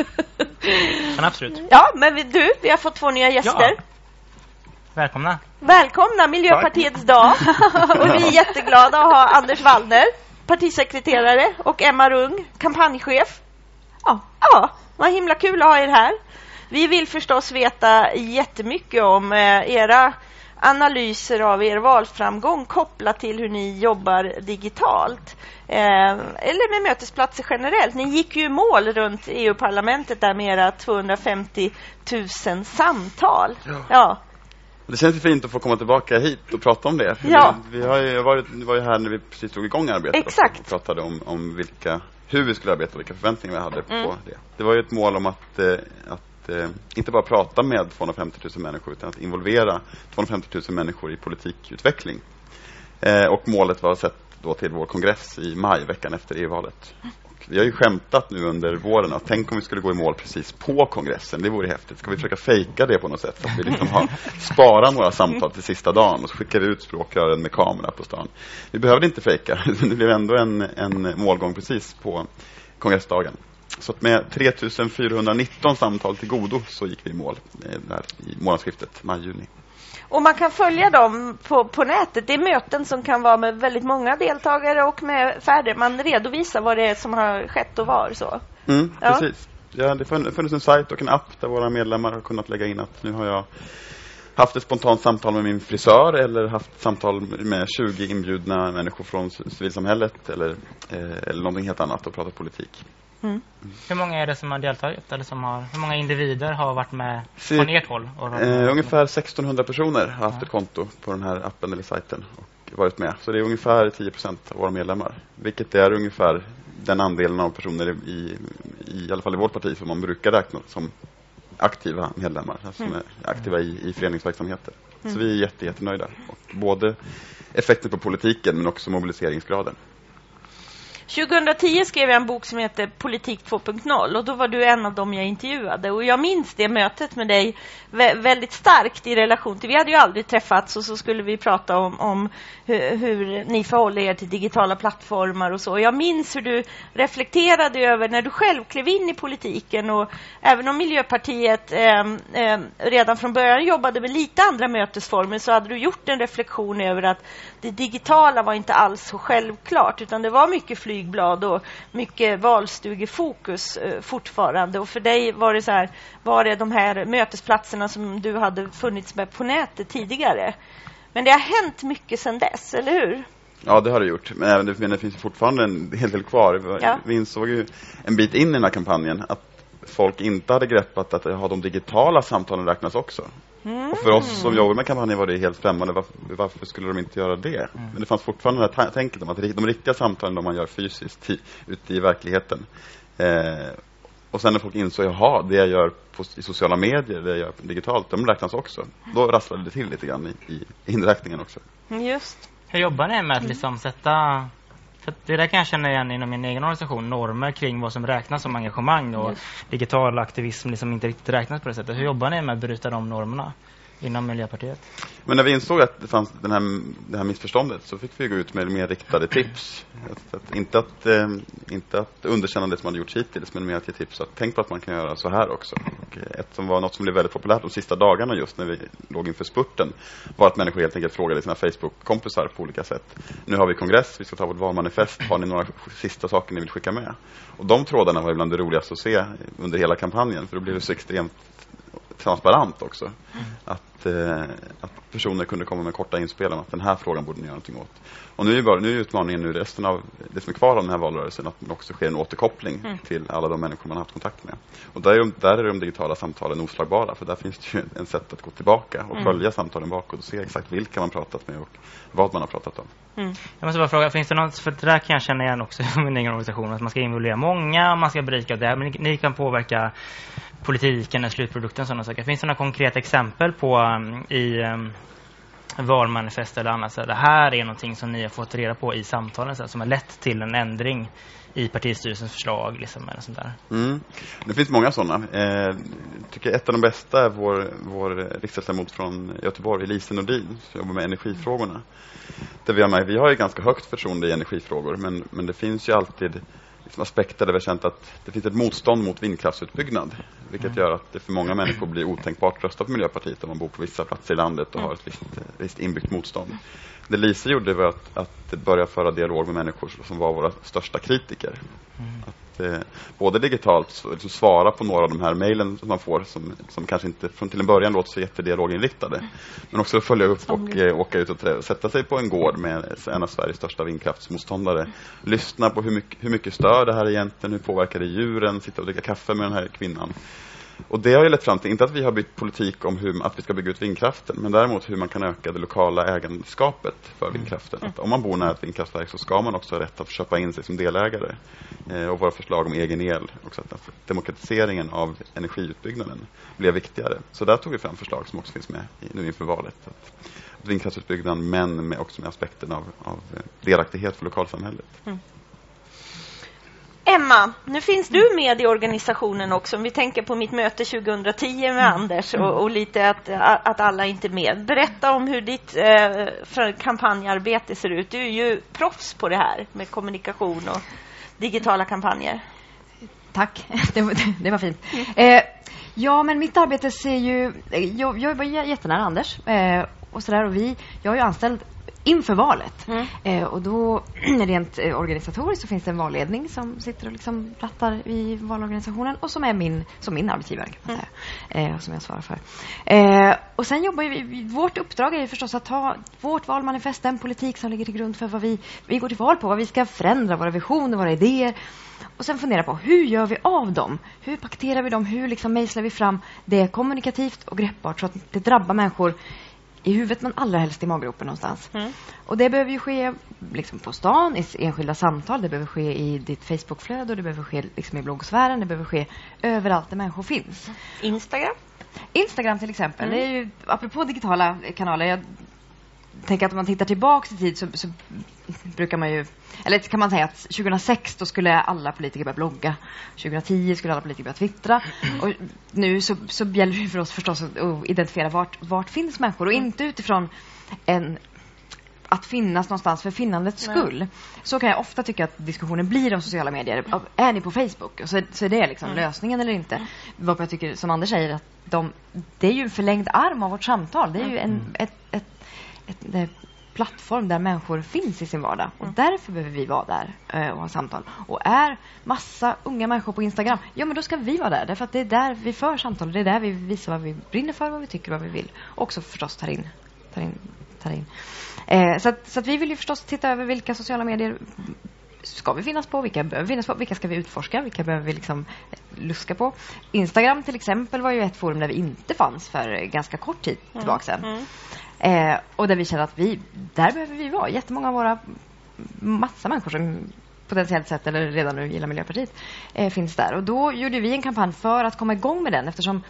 Men absolut. Ja, men du, vi har fått två nya gäster. Ja. Välkomna. Välkomna, Miljöpartiets dag. Och vi är jätteglada att ha Anders Wallner, partisekreterare, och Emma Rung, kampanjchef. Ja, ja, vad himla kul att ha er här. Vi vill förstås veta jättemycket om eh, era analyser av er valframgång kopplat till hur ni jobbar digitalt. Eh, eller med mötesplatser generellt. Ni gick ju i mål runt E U-parlamentet där med era tvåhundrafemtio tusen samtal. Ja. Ja. Det känns ju fint att få komma tillbaka hit och prata om det. Ja. Vi, vi har ju varit, var ju här när vi precis tog igång arbetet. Exakt. Och pratade om, om vilka, hur vi skulle arbeta och vilka förväntningar vi hade mm. på det. Det var ju ett mål om att, eh, att eh, inte bara prata med tvåhundrafemtio tusen människor, utan att involvera tvåhundrafemtio tusen människor i politikutveckling. Eh, och målet var sett då till vår kongress i maj, veckan efter E U-valet. Vi har ju skämtat nu under våren att tänk om vi skulle gå i mål precis på kongressen. Det vore häftigt. Ska vi försöka fejka det på något sätt? Att vi liksom har spara några samtal till sista dagen och så skickar vi ut språkrören med kamera på stan. Vi behövde inte fejka. Det blev ändå en, en målgång precis på kongressdagen. Så att med tre tusen fyrahundranitton samtal till godo så gick vi i mål där i månadsskiftet maj-juni. Och man kan följa dem på, på nätet. Det är möten som kan vara med väldigt många deltagare och med färre. Man redovisar vad det är som har skett och var så. Mm, ja. Precis. Ja, det funnits en sajt och en app där våra medlemmar har kunnat lägga in att nu har jag haft ett spontant samtal med min frisör eller haft samtal med tjugo inbjudna människor från civilsamhället eller, eh, eller någonting helt annat och pratat politik. Mm. Hur många är det som har deltagit? Eller som har, hur många individer har varit med från ert håll? Och eh, ungefär sextonhundra personer har haft ja. ett konto på den här appen eller sajten och varit med. Så det är ungefär tio procent av våra medlemmar. Vilket är ungefär den andelen av personer i, i, i alla fall i vårt parti som man brukar räkna som aktiva medlemmar. Alltså mm. som är aktiva i, i föreningsverksamheter. Mm. Så vi är jätte, jättenöjda. Och både effekten på politiken men också mobiliseringsgraden. tjugohundratio skrev jag en bok som heter Politik två punkt noll och då var du en av dem jag intervjuade och jag minns det mötet med dig vä- väldigt starkt i relation till, vi hade ju aldrig träffats och så skulle vi prata om, om hur, hur ni förhåller er till digitala plattformar och så. Jag minns hur du reflekterade över när du själv klev in i politiken och även om Miljöpartiet eh, eh, redan från början jobbade med lite andra mötesformer så hade du gjort en reflektion över att det digitala var inte alls så självklart utan det var mycket flygblad och mycket valstugefokus eh, fortfarande och för dig var det så här, var det de här mötesplatserna som du hade funnits med på nätet tidigare. Men det har hänt mycket sedan dess, eller hur? Ja, det har det gjort. Men det, men det finns fortfarande en hel del kvar. Ja. Vi insåg ju en bit in i den här kampanjen att folk inte hade greppat att ha de digitala samtalen räknas också. Mm. Och för oss som jobbar med kampanjen var det helt främmande. Varför, varför skulle de inte göra det? Mm. Men det fanns fortfarande det här tänket om att de riktiga samtalen de man gör fysiskt i, ute i verkligheten. Eh, och sen när folk insåg, jaha, det jag gör på, i sociala medier, det jag gör digitalt, de räknas också. Då rasslade det till lite grann i, i inräkningen också. Just. Hur jobbar ni med att liksom sätta... För det där kan jag känna igen inom min egen organisation, normer kring vad som räknas som engagemang och yes. digital aktivism liksom inte riktigt räknas på det sättet. Hur jobbar ni med att bryta de normerna inom Miljöpartiet? Men när vi insåg att det fanns den här, det här missförståndet så fick vi gå ut med mer riktade tips. Att, att, inte, att, eh, inte att underkänna det som man gjort hittills men mer att ge tips. Att tänk på att man kan göra så här också. Och ett som var något som blev väldigt populärt de sista dagarna just när vi låg inför spurten var att människor helt enkelt frågade sina Facebook-kompisar på olika sätt. Nu har vi kongress, vi ska ta vårt valmanifest. Har ni några sista saker ni vill skicka med? Och de trådarna var ibland det roligaste att se under hela kampanjen för då blev det så extremt transparent också. Mm. Att, eh, att personer kunde komma med korta inspel om att den här frågan borde ni göra någonting åt. Och nu är, bara, nu är utmaningen nu resten av det som är kvar av den här valrörelsen att det också sker en återkoppling mm. till alla de människor man har haft kontakt med. Och där är, de, där är de digitala samtalen oslagbara för där finns det ju en sätt att gå tillbaka och mm. följa samtalen bakåt och se exakt vilka man pratat med och vad man har pratat om. Mm. Jag måste bara fråga, finns det något, för det där kan jag känna igen också i min egen organisation, att man ska involvera många, man ska berika det, men ni, ni kan påverka politiken, slutprodukten, sådana saker. Finns det några konkreta exempel på um, i um, valmanifest eller annat? Så det här är någonting som ni har fått reda på i samtalen så, som har lett till en ändring i partistyrelsens förslag liksom, eller sånt där. Mm. Det finns många sådana. Eh, tycker ett av de bästa är vår, vår riksdagsledamot från Göteborg, Lise Nordin, som jobbar med energifrågorna. Där vi, har med, vi har ju ganska högt förtroende i energifrågor, men, men det finns ju alltid liksom aspekter där vi har känt att det finns ett motstånd mot vindkraftsutbyggnad. Vilket mm. gör att det för många människor blir otänkbart att rösta på Miljöpartiet om man bor på vissa platser i landet och mm. har ett visst, visst inbyggt motstånd. Det Lisa gjorde var att, att börja föra dialog med människor som var våra största kritiker. Mm. Att eh, både digitalt så, liksom svara på några av de här mejlen som man får som, som kanske inte från till en början låter så jättedialoginriktade. Mm. Men också följa upp och eh, åka ut och trä, sätta sig på en gård med en av Sveriges största vindkraftsmotståndare. Mm. Lyssna på hur mycket, hur mycket stör det här egentligen, hur påverkar det djuren, sitta och dricka kaffe med den här kvinnan. Och det har ju lett fram till, inte att vi har bytt politik om hur, att vi ska bygga ut vindkraften, men däremot hur man kan öka det lokala ägandeskapet för vindkraften. Att om man bor nära ett vindkraftverk så ska man också ha rätt att köpa in sig som delägare. Eh, och våra förslag om egen el, också att demokratiseringen av energiutbyggnaden blev viktigare. Så där tog vi fram förslag som också finns med i, nu inför valet. Att, att vindkraftsutbyggnaden, men med, också med aspekten av, av delaktighet för lokalsamhället. Mm. Emma, nu finns du med i organisationen också. Om vi tänker på mitt möte tjugohundratio med mm. Anders och, och lite att, att alla inte är med. Berätta om hur ditt eh, kampanjarbete ser ut. Du är ju proffs på det här med kommunikation och digitala kampanjer. Tack, det var, det var fint. Mm. Eh, Ja, men mitt arbete ser ju... Jag, jag var jättenära Anders. Eh, och sådär, och vi... Jag har ju anställd inför valet. Mm. Eh, och då, rent eh, organisatoriskt, så finns det en valledning som sitter och liksom rattar i valorganisationen. Och som är min, som min arbetsgivare, kan man säga. Mm. Eh, och som jag svarar för. Eh, och sen jobbar vi... Vårt uppdrag är ju förstås att ta vårt valmanifest, den politik som ligger till grund för vad vi, vi går till val på. Vad vi ska förändra, våra visioner, våra idéer. Och sen fundera på hur gör vi av dem? Hur paketerar vi dem? Hur liksom mejslar vi fram det kommunikativt och greppbart så att det drabbar människor i huvudet, men allra helst i maggropen någonstans. Mm. Och det behöver ju ske liksom på stan, i enskilda samtal. Det behöver ske i ditt Facebookflöde och det behöver ske liksom i bloggsfären. Det behöver ske överallt där människor finns. Instagram? Instagram till exempel. Mm. Det är ju, apropå digitala kanaler, jag tänker att om man tittar tillbaka i tid så, så brukar man ju, eller kan man säga att tjugohundrasex då skulle alla politiker börja blogga, tjugohundratio skulle alla politiker börja twittra, och nu så, så gäller det för oss förstås att, att identifiera vart, vart finns människor, och inte utifrån en att finnas någonstans för finnandets skull. Nej. Så kan jag ofta tycka att diskussionen blir om sociala medier. Är ni på Facebook? Och så, så är det liksom mm. lösningen eller inte. Mm. Vad jag tycker, som Anders säger, att de, det är ju en förlängd arm av vårt samtal. Det är ju en ett, ett, ett, ett plattform där människor finns i sin vardag. Och mm. därför behöver vi vara där uh, och ha samtal. Och är massa unga människor på Instagram, ja men då ska vi vara där. Därför att det är där vi för samtal. Det är där vi visar vad vi brinner för, vad vi tycker, vad vi vill. Och också förstås tar in, tar in, tar in. Eh, så, att, så att vi vill ju förstås titta över vilka sociala medier ska vi finnas på, vilka behöver finnas på, vilka ska vi utforska, vilka behöver vi liksom luska på. Instagram till exempel var ju ett forum där vi inte fanns för ganska kort tid tillbaka sedan. Mm. Eh, och där vi känner att vi, där behöver vi vara. Jättemånga av våra massa människor som potentiellt sett eller redan nu gillar Miljöpartiet eh, finns där. Och då gjorde vi en kampanj för att komma igång med den, eftersom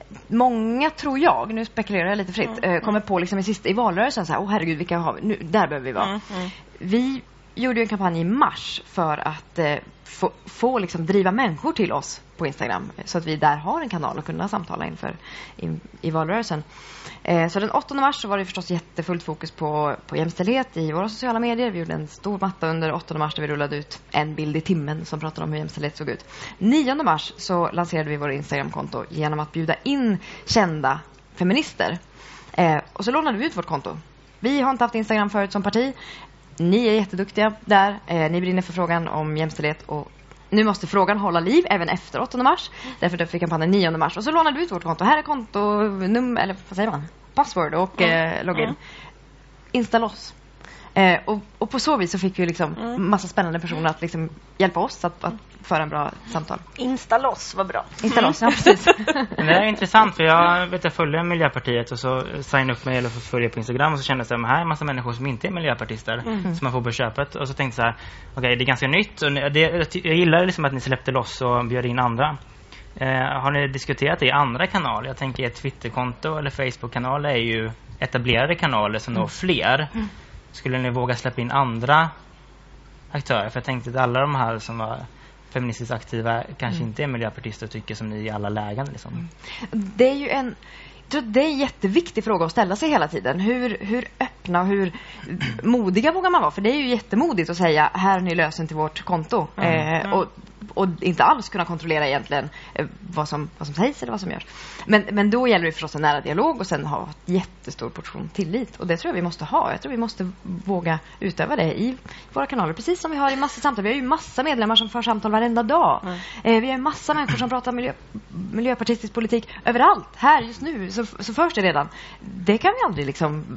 många, tror jag, nu spekulerar jag lite fritt, mm. kommer på liksom i, sista, i valrörelsen så här, åh oh, herregud, vilka har vi? Nu, där behöver vi vara. Mm. Mm. Vi gjorde en kampanj i mars för att eh, få, få liksom driva människor till oss på Instagram, så att vi där har en kanal att kunna samtala inför i, i valrörelsen. Eh, så den åttonde mars så var det förstås jättefullt fokus på, på jämställdhet i våra sociala medier. Vi gjorde en stor matta under åttonde mars där vi rullade ut en bild i timmen som pratade om hur jämställdhet såg ut. nionde mars så lanserade vi våra Instagram-konto genom att bjuda in kända feminister. Eh, och så lånade vi ut vårt konto. Vi har inte haft Instagram förut som parti. Ni är jätteduktiga där. Eh, ni brinner för frågan om jämställdhet, och nu måste frågan hålla liv även efter åttonde mars. Därför därför fick kampanjen nionde mars. Och så lånade vi ut vårt konto. Här är kontonummer, eller vad säger man? Password och mm. eh, login. Mm. Installa oss. Eh, och, och på så vis så fick vi liksom mm. massa spännande personer att liksom hjälpa oss att, att föra en bra samtal. Installa oss, vad bra. Installa oss, ja precis. Men det är intressant, för jag vet jag följer Miljöpartiet och så sign upp mig eller följa på Instagram, och så kände jag att här är en massa människor som inte är miljöpartister mm. som man får på köpet, och så tänkte jag så här, okej, okay, det är ganska nytt, och det, jag gillar liksom att ni släppte loss och bjöd in andra. Eh, har ni diskuterat det i andra kanaler? Jag tänker ett Twitterkonto eller Facebook-kanal är ju etablerade kanaler som mm. når fler. Mm. Skulle ni våga släppa in andra aktörer? För jag tänkte att alla de här som var feministiskt aktiva kanske mm. inte är miljöpartister och tycker som ni i alla lägen. Liksom. Mm. Det är ju en... Jag tror det är en jätteviktig fråga att ställa sig hela tiden. Hur, hur öppna och hur modiga vågar man vara? För det är ju jättemodigt att säga, här är ni lösen till vårt konto. Mm. Eh, och, och inte alls kunna kontrollera egentligen eh, vad, som, vad som sägs eller vad som görs. Men, men då gäller det förstås en nära dialog och sen ha en jättestor portion tillit. Och det tror jag vi måste ha. Jag tror vi måste våga utöva det i våra kanaler. Precis som vi har i massa samtal. Vi har ju massa medlemmar som för samtal varenda dag. Mm. Eh, vi har ju massa människor som pratar miljö, miljöpartistisk politik överallt. Här just nu så, så förs det redan. Det kan vi aldrig liksom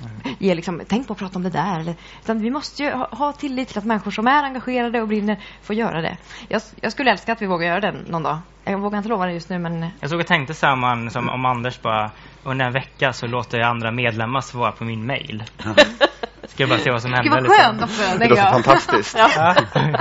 ge liksom, tänk på att prata om det där. Eller, utan vi måste ju ha, ha tillit till att människor som är engagerade och brinner får göra det. Jag, jag skulle älska att vi vågar göra det någon dag. Jag vågar inte lova det just nu, men... Jag såg och tänkte så här, man, som om Anders bara, under en vecka så låter jag andra medlemmar svara på min mail. Ska jag bara se vad som händer. Det var skönt också. Det låter fantastiskt. Ja.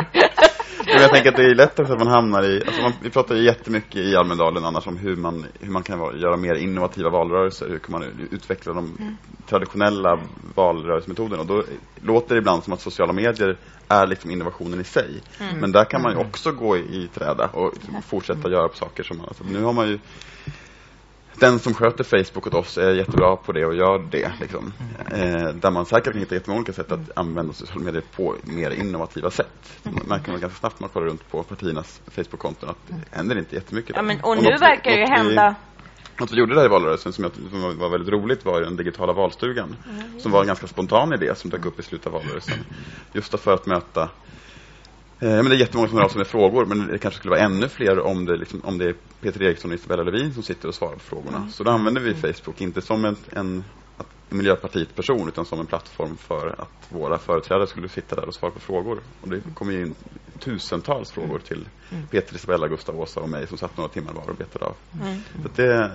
Jag tänker att det är lätt också att man hamnar i... Alltså man, vi pratar ju jättemycket i Almedalen annars om hur man, hur man kan göra mer innovativa valrörelser. Hur kan man utveckla de mm. traditionella valrörelsemetoderna. Och då låter det ibland som att sociala medier är liksom innovationen i sig. Mm. Men där kan man ju också gå i, i träda och fortsätta mm. göra på saker som... Alltså, nu har man ju... den som sköter Facebook åt oss är jättebra på det och gör det. Liksom. Eh, där man säkert kan hitta jättemånga olika sätt att använda sociala medier på mer innovativa sätt. Man märker man ganska snabbt när man kollar runt på partiernas Facebook-konton att det händer inte jättemycket. Ja, men, och, och nu något, verkar det något hända... Vi, något vi gjorde där i valrörelsen som, jag, som var väldigt roligt var den digitala valstugan. Mm. Som var en ganska spontan idé som dök upp i slutet av valrörelsen. Just för att möta... Eh, men det är jättemånga som har av sig med frågor, men det kanske skulle vara ännu fler om det, liksom, om det är Peter Eriksson och Isabella Lövin som sitter och svarar på frågorna. Mm. Så då använder vi Facebook inte som en, en Miljöpartiet person utan som en plattform för att våra företrädare skulle sitta där och svara på frågor. Och det kommer ju in tusentals frågor till mm. Peter, Isabella, Gustav, Åsa och mig som satt några timmar var och betade av. Mm. Så det,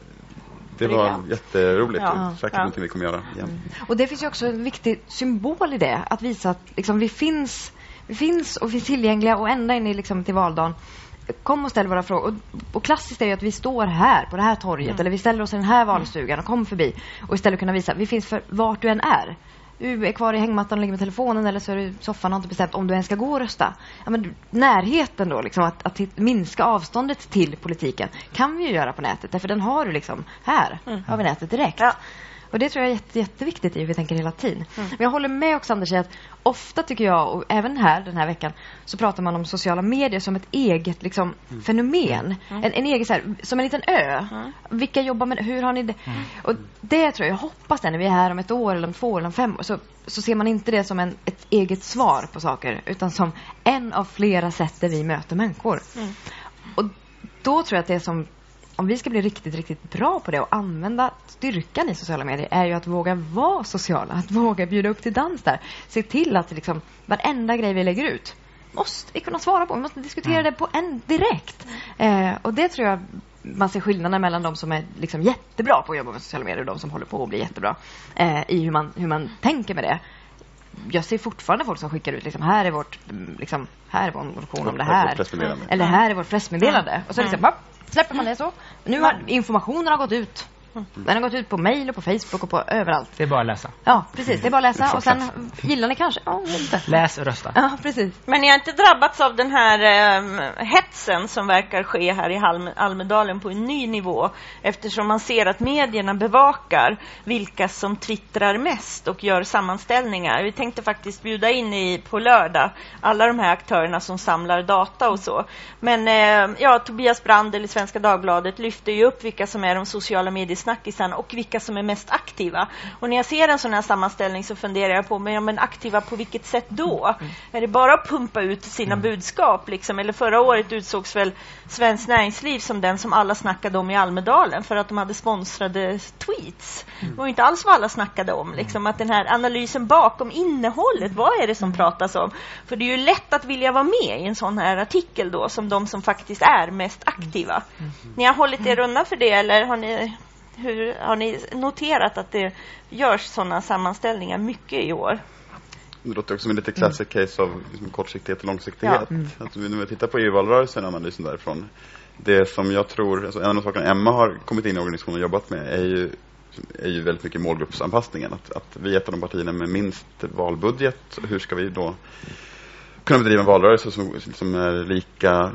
det var jätteroligt ja. och säkert ja. någonting vi kommer göra igen. Mm. Och det finns ju också en viktig symbol i det, att visa att liksom, vi finns Vi finns och vi är tillgängliga och ända in i, liksom, till valdagen. Kom och ställ våra frågor. Och, och klassiskt är ju att vi står här på det här torget mm. eller vi ställer oss i den här valstugan och kom förbi och istället kunna visa vi finns för vart du än är. Du är kvar i hängmattan och ligger med telefonen eller så är du i soffan och inte bestämt om du än ska gå och rösta. Ja, men närheten då, liksom, att, att minska avståndet till politiken kan vi ju göra på nätet. Därför den har du liksom här, mm. har vi nätet direkt. Ja. Och det tror jag är jätte, jätteviktigt i hur vi tänker hela tiden. Mm. Men jag håller med också, Anders, att ofta tycker jag, och även här den här veckan, så pratar man om sociala medier som ett eget liksom, mm. fenomen. Mm. En, en egen så här, som en liten ö. Mm. Vilka jobbar med hur har ni det? Mm. Och det tror jag, jag hoppas det när vi är här om ett år eller om två eller om fem år, så, så ser man inte det som en, ett eget svar på saker, utan som en av flera sätt där vi möter människor. Mm. Och då tror jag att det är som om vi ska bli riktigt, riktigt bra på det och använda styrkan i sociala medier är ju att våga vara sociala. Att våga bjuda upp till dans där. Se till att liksom, varenda grej vi lägger ut måste vi kunna svara på. Vi måste diskutera mm. det på en direkt. Eh, och det tror jag man ser skillnaderna mellan de som är liksom jättebra på att jobba med sociala medier och de som håller på att bli jättebra eh, i hur man, hur man tänker med det. Jag ser fortfarande folk som skickar ut liksom, här är vårt liksom, här är vår motion om det här. Eller här är vårt pressmeddelande. Mm. Och så liksom, släpper man det så. Nu har informationen har gått ut. Den har gått ut på mejl och på Facebook och på överallt. Det är bara att läsa. Ja, precis. Det är bara att läsa. Och sen gillar ni kanske. Ja, inte. Läs och rösta. Ja, precis. Men ni har inte drabbats av den här eh, hetsen som verkar ske här i Alm- Almedalen på en ny nivå. Eftersom man ser att medierna bevakar vilka som twittrar mest och gör sammanställningar. Vi tänkte faktiskt bjuda in i, på lördag alla de här aktörerna som samlar data och så. Men eh, ja, Tobias Brandel i Svenska Dagbladet lyfter ju upp vilka som är de sociala medier snackisarna och vilka som är mest aktiva. Och när jag ser en sån här sammanställning så funderar jag på, men, ja, men aktiva på vilket sätt då? Mm. Är det bara att pumpa ut sina mm. budskap liksom? Eller förra året utsågs väl Svenskt Näringsliv som den som alla snackade om i Almedalen för att de hade sponsrade tweets. Mm. Det var inte alls vad alla snackade om. Liksom, att den här analysen bakom innehållet, vad är det som pratas om? För det är ju lätt att vilja vara med i en sån här artikel då, som de som faktiskt är mest aktiva. Mm. Ni har hållit er undan för det, eller har ni... Hur har ni noterat att det görs sådana sammanställningar mycket i år? Det låter också som en lite classic mm. case av liksom, kortsiktighet och långsiktighet. Ja. Mm. Att när vi tittar på E U-valrörelsen, analysen därifrån. Det som jag tror, alltså en av de sakerna Emma har kommit in i organisationen och jobbat med är ju, är ju väldigt mycket målgruppsanpassningen. Att, att vi är ett av de partierna med minst valbudget. Hur ska vi då kunna bedriva en valrörelse som, som är lika...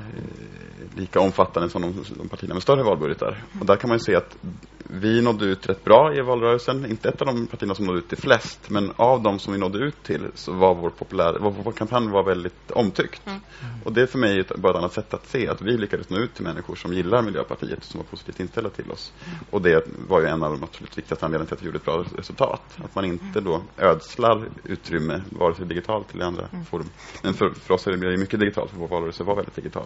lika omfattande som de, de partierna med större valbudgetar. Och där kan man ju se att vi nådde ut rätt bra i valrörelsen. Inte ett av de partierna som nådde ut till flest, men av de som vi nådde ut till så var vår, populär, vår, vår kampanj var väldigt omtyckt. Mm. Och det är för mig ett, bara ett annat sätt att se att vi lyckades nå ut till människor som gillar Miljöpartiet och som var positivt inställda till oss. Mm. Och det var ju en av de absolut viktigaste anledningarna till att vi gjorde ett bra resultat. Att man inte då ödslar utrymme, vare sig digitalt eller andra mm. forum. Men för, för oss är det mycket digitalt, för vår valrörelse var väldigt digital.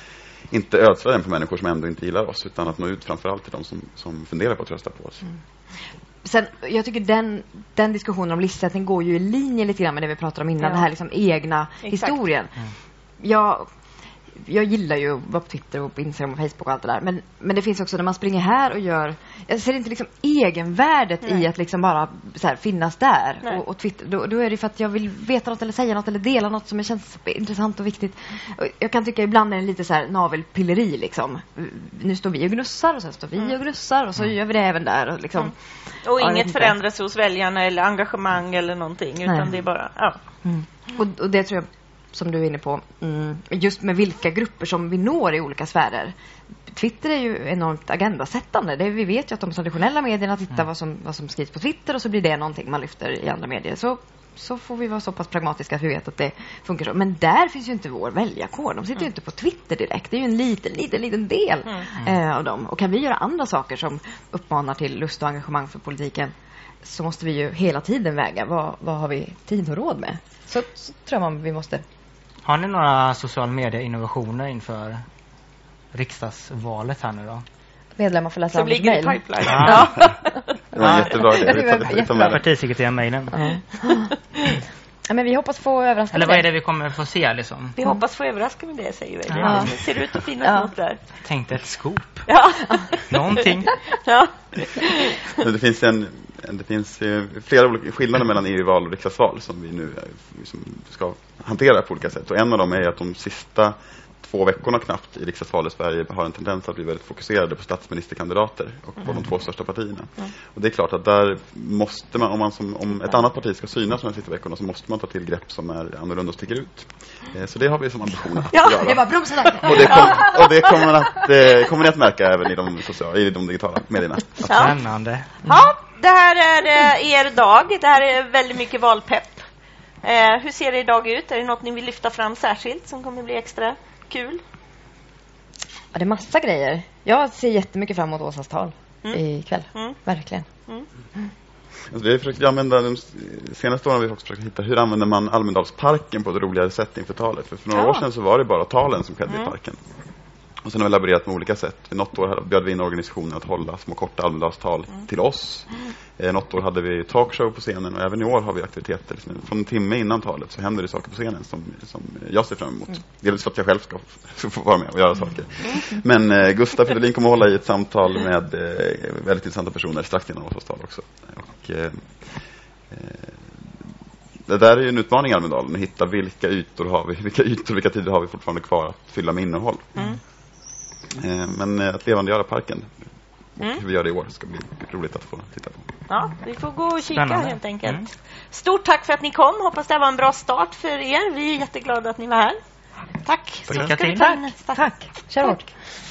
Inte ödsla den på människor som ändå inte gillar oss, utan att nå ut framförallt till de som, som funderar på att rösta på oss. Mm. Sen, jag tycker den, den diskussionen om listsättning går ju i linje lite grann med det vi pratade om innan, ja. Den här liksom egna Exakt. historien. Mm. Jag, jag gillar ju att vara på Twitter och på Instagram och Facebook och allt det där. Men, men det finns också när man springer här och gör... Jag ser inte liksom egenvärdet Nej. i att liksom bara så här, finnas där. Och, och Twitter, då, då är det för att jag vill veta något eller säga något eller dela något som känns intressant och viktigt. Och jag kan tycka ibland är det lite så här navelpilleri liksom. Nu står vi och gnussar och sen står vi mm. och gnussar och så mm. gör vi det även där. Och, liksom, mm. och ja, inget förändras hos väljarna eller engagemang eller någonting. Utan Nej. det är bara... Ja. Mm. Och, och det tror jag... som du är inne på, mm, just med vilka grupper som vi når i olika sfärer. Twitter är ju enormt agendasättande. Det, vi vet ju att de traditionella medierna tittar Mm. vad, som, vad som skrivs på Twitter och så blir det någonting man lyfter i andra medier. Så, så får vi vara så pass pragmatiska att vi vet att det funkar så. Men där finns ju inte vår väljarkår. De sitter Mm. ju inte på Twitter direkt. Det är ju en liten, liten, liten del Mm. eh, av dem. Och kan vi göra andra saker som uppmanar till lust och engagemang för politiken, så måste vi ju hela tiden väga vad, vad har vi tid och råd med. Så, så tror man vi måste. Har ni några social media-innovationer inför riksdagsvalet här nu då? Medlemmar får läsa Som Anders ligger i mejl. pipeline. Ja. Det var en jättebra idé. Vi tar, vi tar med det. Partisekreterarmailen. Ja, men vi hoppas få överraska. Eller vad är det vi kommer få se liksom? Vi hoppas få överraska med det, säger vi. Ja. Det ser ut att finnas Ja. något där. Tänkte ett scoop. Ja. Någonting. Ja. Men det finns en, en det finns eh, flera olika skillnader mellan E U-val och riksdagsval som vi nu eh, som ska hantera på olika sätt. Och en av dem är att de sista två veckorna knappt i riksdagsvalet i Sverige har en tendens att bli väldigt fokuserade på statsministerkandidater och på Mm. de två största partierna. Mm. Och det är klart att där måste man, om, man som, om ett annat parti ska synas de här sista veckorna, så måste man ta till grepp som är annorlunda och sticker ut. Eh, så det har vi som ambition att Ja, göra. Det var bromsa där. Och det, kom, och det kommer, att, eh, kommer ni att märka även i de, sociala, i de digitala medierna. Ja. Spännande. Ja, det här är eh, er dag. Det här är väldigt mycket valpepp. Eh, hur ser det idag ut? Är det något ni vill lyfta fram särskilt som kommer bli extra kul? Ja, det är massa grejer. Jag ser jättemycket fram emot Åsas tal Mm. ikväll. Mm. Verkligen. Alltså vi har försökt använda, de senaste åren har vi också försökt hitta hur använder man Almedalsparken på ett roligare sätt inför talet. För, för några Ja. år sedan så var det bara talen som skedde Mm. i parken. Och sen har vi laborerat med olika sätt. Något år bjöd vi in organisationer att hålla små korta Almedalstal Mm. till oss. Eh, något år hade vi talkshow på scenen och även i år har vi aktiviteter. Liksom, från en timme innan talet så händer det saker på scenen som, som jag ser fram emot. Mm. Dels för att jag själv ska få, få vara med och göra saker. Men eh, Gustav Fridolin kommer att hålla i ett samtal med eh, väldigt intressanta personer strax innan Åsas tal också. Och, eh, eh, det där är ju en utmaning i Almedalen, att hitta vilka ytor har vi, vilka ytor, vilka tider har vi fortfarande kvar att fylla med innehåll. Mm. Eh, men eh, att levandegöra parken och Mm. hur vi gör det i år ska bli roligt att få titta på. Ja, vi får gå och kika Spännande. helt enkelt. Mm. Stort tack för att ni kom. Hoppas det var en bra start för er. Vi är jätteglada att ni var här. Tack. Så Lycka ska vi till. ta nästa. Tack. Kör hårt.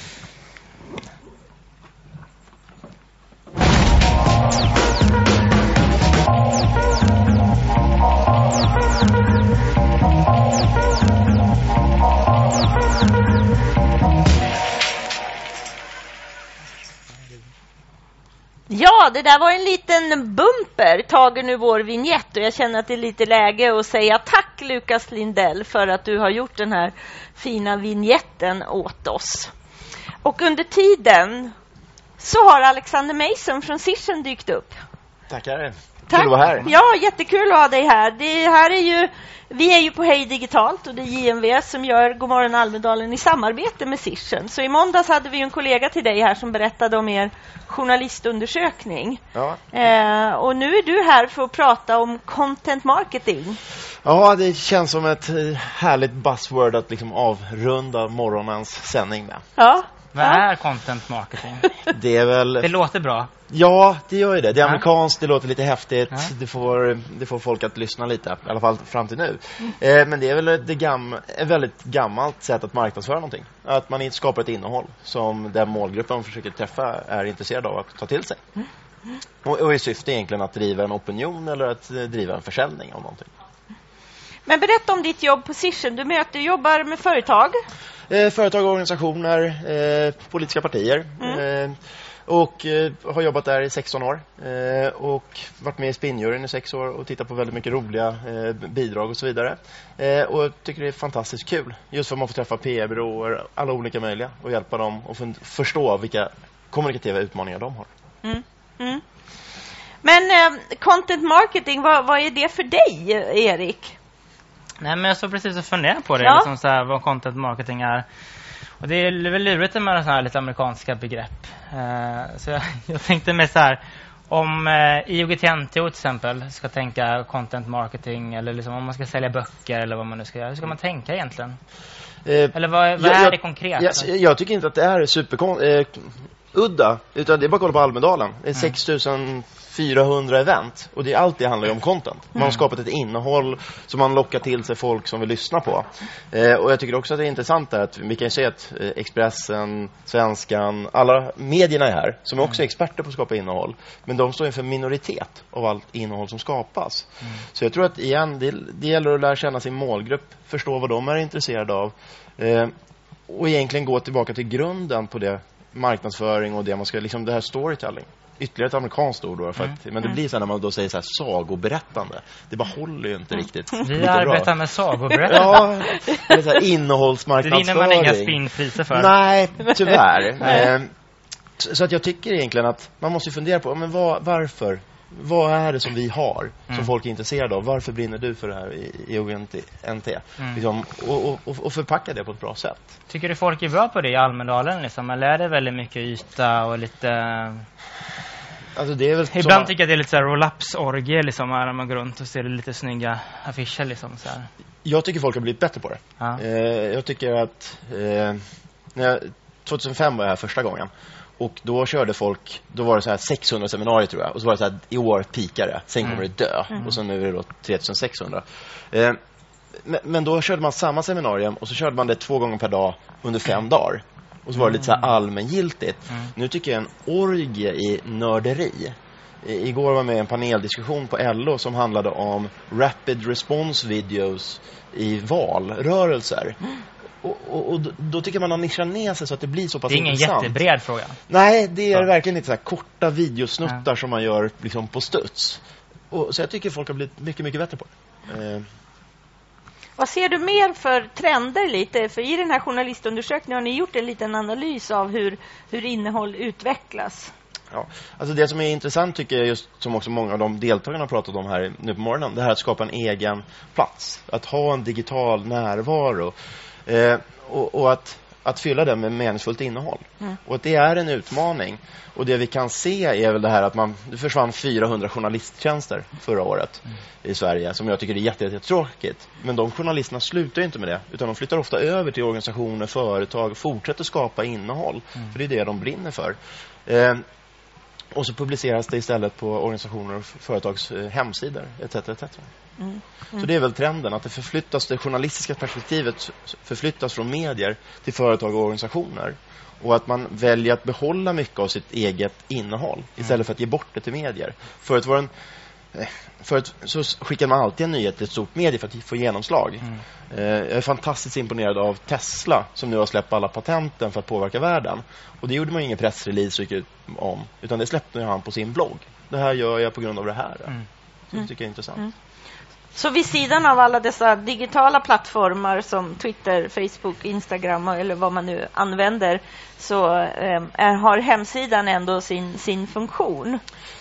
Ja, det där var en liten bumper. Tager nu vår vignett och jag känner att det är lite läge att säga tack Lukas Lindell för att du har gjort den här fina vignetten åt oss. Och under tiden så har Alexander Mason från Cision dykt upp. Tackar. Tack. Kul att vara här. Ja, jättekul att ha dig här. Det här är ju, vi är ju på Hej Digitalt och det är J M V som gör Godmorgon Almedalen i samarbete med Cision. Så i måndags hade vi en kollega till dig här som berättade om er journalistundersökning. Ja. Eh, och nu är du här för att prata om content marketing. ja, det känns som ett eh, härligt buzzword att liksom avrunda morgonens sändning med. Ja. Vad Ja. är content marketing? Det är väl... Det låter bra. Ja, det gör ju det. Det är Ja. amerikanskt, det låter lite häftigt. Ja. Det, får, det får folk att lyssna lite, i alla fall fram till nu. Eh, men det är väl ett, det gam, ett väldigt gammalt sätt att marknadsföra någonting. Att man inte skapar ett innehåll som den målgruppen man försöker träffa är intresserad av att ta till sig. Och, och i syfte egentligen att driva en opinion eller att eh, driva en försäljning av någonting. Men berätta om ditt jobb på Cision. Du möter, jobbar med företag. Eh, företag och organisationer, eh, politiska partier. Mm. Eh, och eh, har jobbat där i sexton år. Eh, och varit med i Spinnjuryn i sex år och tittat på väldigt mycket roliga eh, bidrag och så vidare. Eh, och jag tycker det är fantastiskt kul. Just för att man får träffa P R-byråer, alla olika möjliga. Och hjälpa dem att fun- förstå vilka kommunikativa utmaningar de har. Mm. Mm. Men eh, content marketing, vad, vad är det för dig, Erik? Nej, men jag så precis och funderar på det, Ja. liksom så här, vad content marketing är. Och det är väl lurigt med sådana här lite amerikanska begrepp. Uh, så jag, jag tänkte med så här, om uh, I O G T N T O till exempel ska tänka content marketing, eller liksom om man ska sälja böcker eller vad man nu ska göra. Hur ska man tänka egentligen? Eh, Eller vad, vad jag, är jag, det konkret? Jag, jag tycker inte att det är superkon... Eh, udda, utan det är bara att kolla på Almedalen. Det är sex tusen fyrahundra event och det, allt det handlar ju om content. Man har skapat ett innehåll som man lockar till sig folk som vill lyssna på. Eh, och jag tycker också att det är intressant där att vi kan se att eh, Expressen, Svenskan, alla medierna är här som är också experter på att skapa innehåll. Men de står inför minoritet av allt innehåll som skapas. Mm. Så jag tror att igen, det, det gäller att lära känna sin målgrupp, förstå vad de är intresserade av. Eh, och egentligen gå tillbaka till grunden på det, marknadsföring och det man ska, liksom det här storytelling. Ytterligare ett amerikanskt ord då, för att, mm. men det blir så när man då säger så här sagoberättande. Det bara håller ju inte riktigt. Vi arbetar bra med sagoberättande. Ja, det är så här innehållsmarknadsföring. Det vinner man inga spinnpriser för. Nej, tyvärr. Nej. Så, så att jag tycker egentligen att man måste fundera på, men vad, varför? Vad är det som vi har som mm. folk är intresserade av? Varför brinner du för det här i, i O N T? Mm. Liksom, och, och, och förpacka det på ett bra sätt. Tycker du folk är bra på det i Almedalen? Liksom? Eller är det väldigt mycket yta och lite... Alltså det är väl ibland som... tycker jag det är lite så här roll-ups-orgie liksom, när man går runt och ser lite snygga affischer liksom, så här. Jag tycker folk har blivit bättre på det. Ja. Eh, jag tycker att eh, när jag, tjugohundrafem var jag här första gången. Och då körde folk, då var det så här sexhundra seminarier tror jag. Och så var det så här, i år pikade, sen kommer mm. det dö. Mm. Och så nu är det då trehundrasexhundra. Eh, men, men då körde man samma seminarium och så körde man det två gånger per dag under fem dagar. Och så var det lite så här allmängiltigt. Mm. Nu tycker jag en orgie i nörderi. I, igår var jag med i en paneldiskussion på L O som handlade om rapid response videos i valrörelser. Mm. Och, och, och då tycker man att nischar ner sig så att det blir så pass intressant. Det är ingen jättebred fråga. Nej, det är ja. verkligen inte så här korta videosnuttar ja. som man gör liksom på studs. Och, så jag tycker folk har blivit mycket, mycket bättre på det. Eh. Vad ser du mer för trender lite? För i den här journalistundersökningen har ni gjort en liten analys av hur, hur innehåll utvecklas. Ja, alltså det som är intressant tycker jag, just som också många av de deltagarna har pratat om här nu på morgonen, det här att skapa en egen plats. Att ha en digital närvaro. Eh, och, och att, att fylla den med meningsfullt innehåll. Mm. Och att det är en utmaning. Och det vi kan se är väl det här att man, det försvann fyrahundra journalisttjänster förra året mm. i Sverige, som jag tycker är jätte, jätte tråkigt. Men de journalisterna slutar inte med det, utan de flyttar ofta över till organisationer, företag och fortsätter skapa innehåll. Mm. För det är det de brinner för. Eh, och så publiceras det istället på organisationer och företags eh, hemsidor, et cetera et cetera. Mm. Mm. Så det är väl trenden, att det förflyttas, det journalistiska perspektivet förflyttas från medier till företag och organisationer. Och att man väljer att behålla mycket av sitt eget innehåll istället mm. för att ge bort det till medier. Förut var en, förut så skickade man alltid en nyhet till ett stort medie för att få genomslag. Mm. Jag är fantastiskt imponerad av Tesla som nu har släppt alla patenten för att påverka världen. Och det gjorde man ingen pressrelease om, utan det släppte han på sin blogg. Det här gör jag på grund av det här. Mm. Så det tycker jag är intressant. Mm. Så vid sidan av alla dessa digitala plattformar som Twitter, Facebook, Instagram eller vad man nu använder, så eh, har hemsidan ändå sin, sin funktion.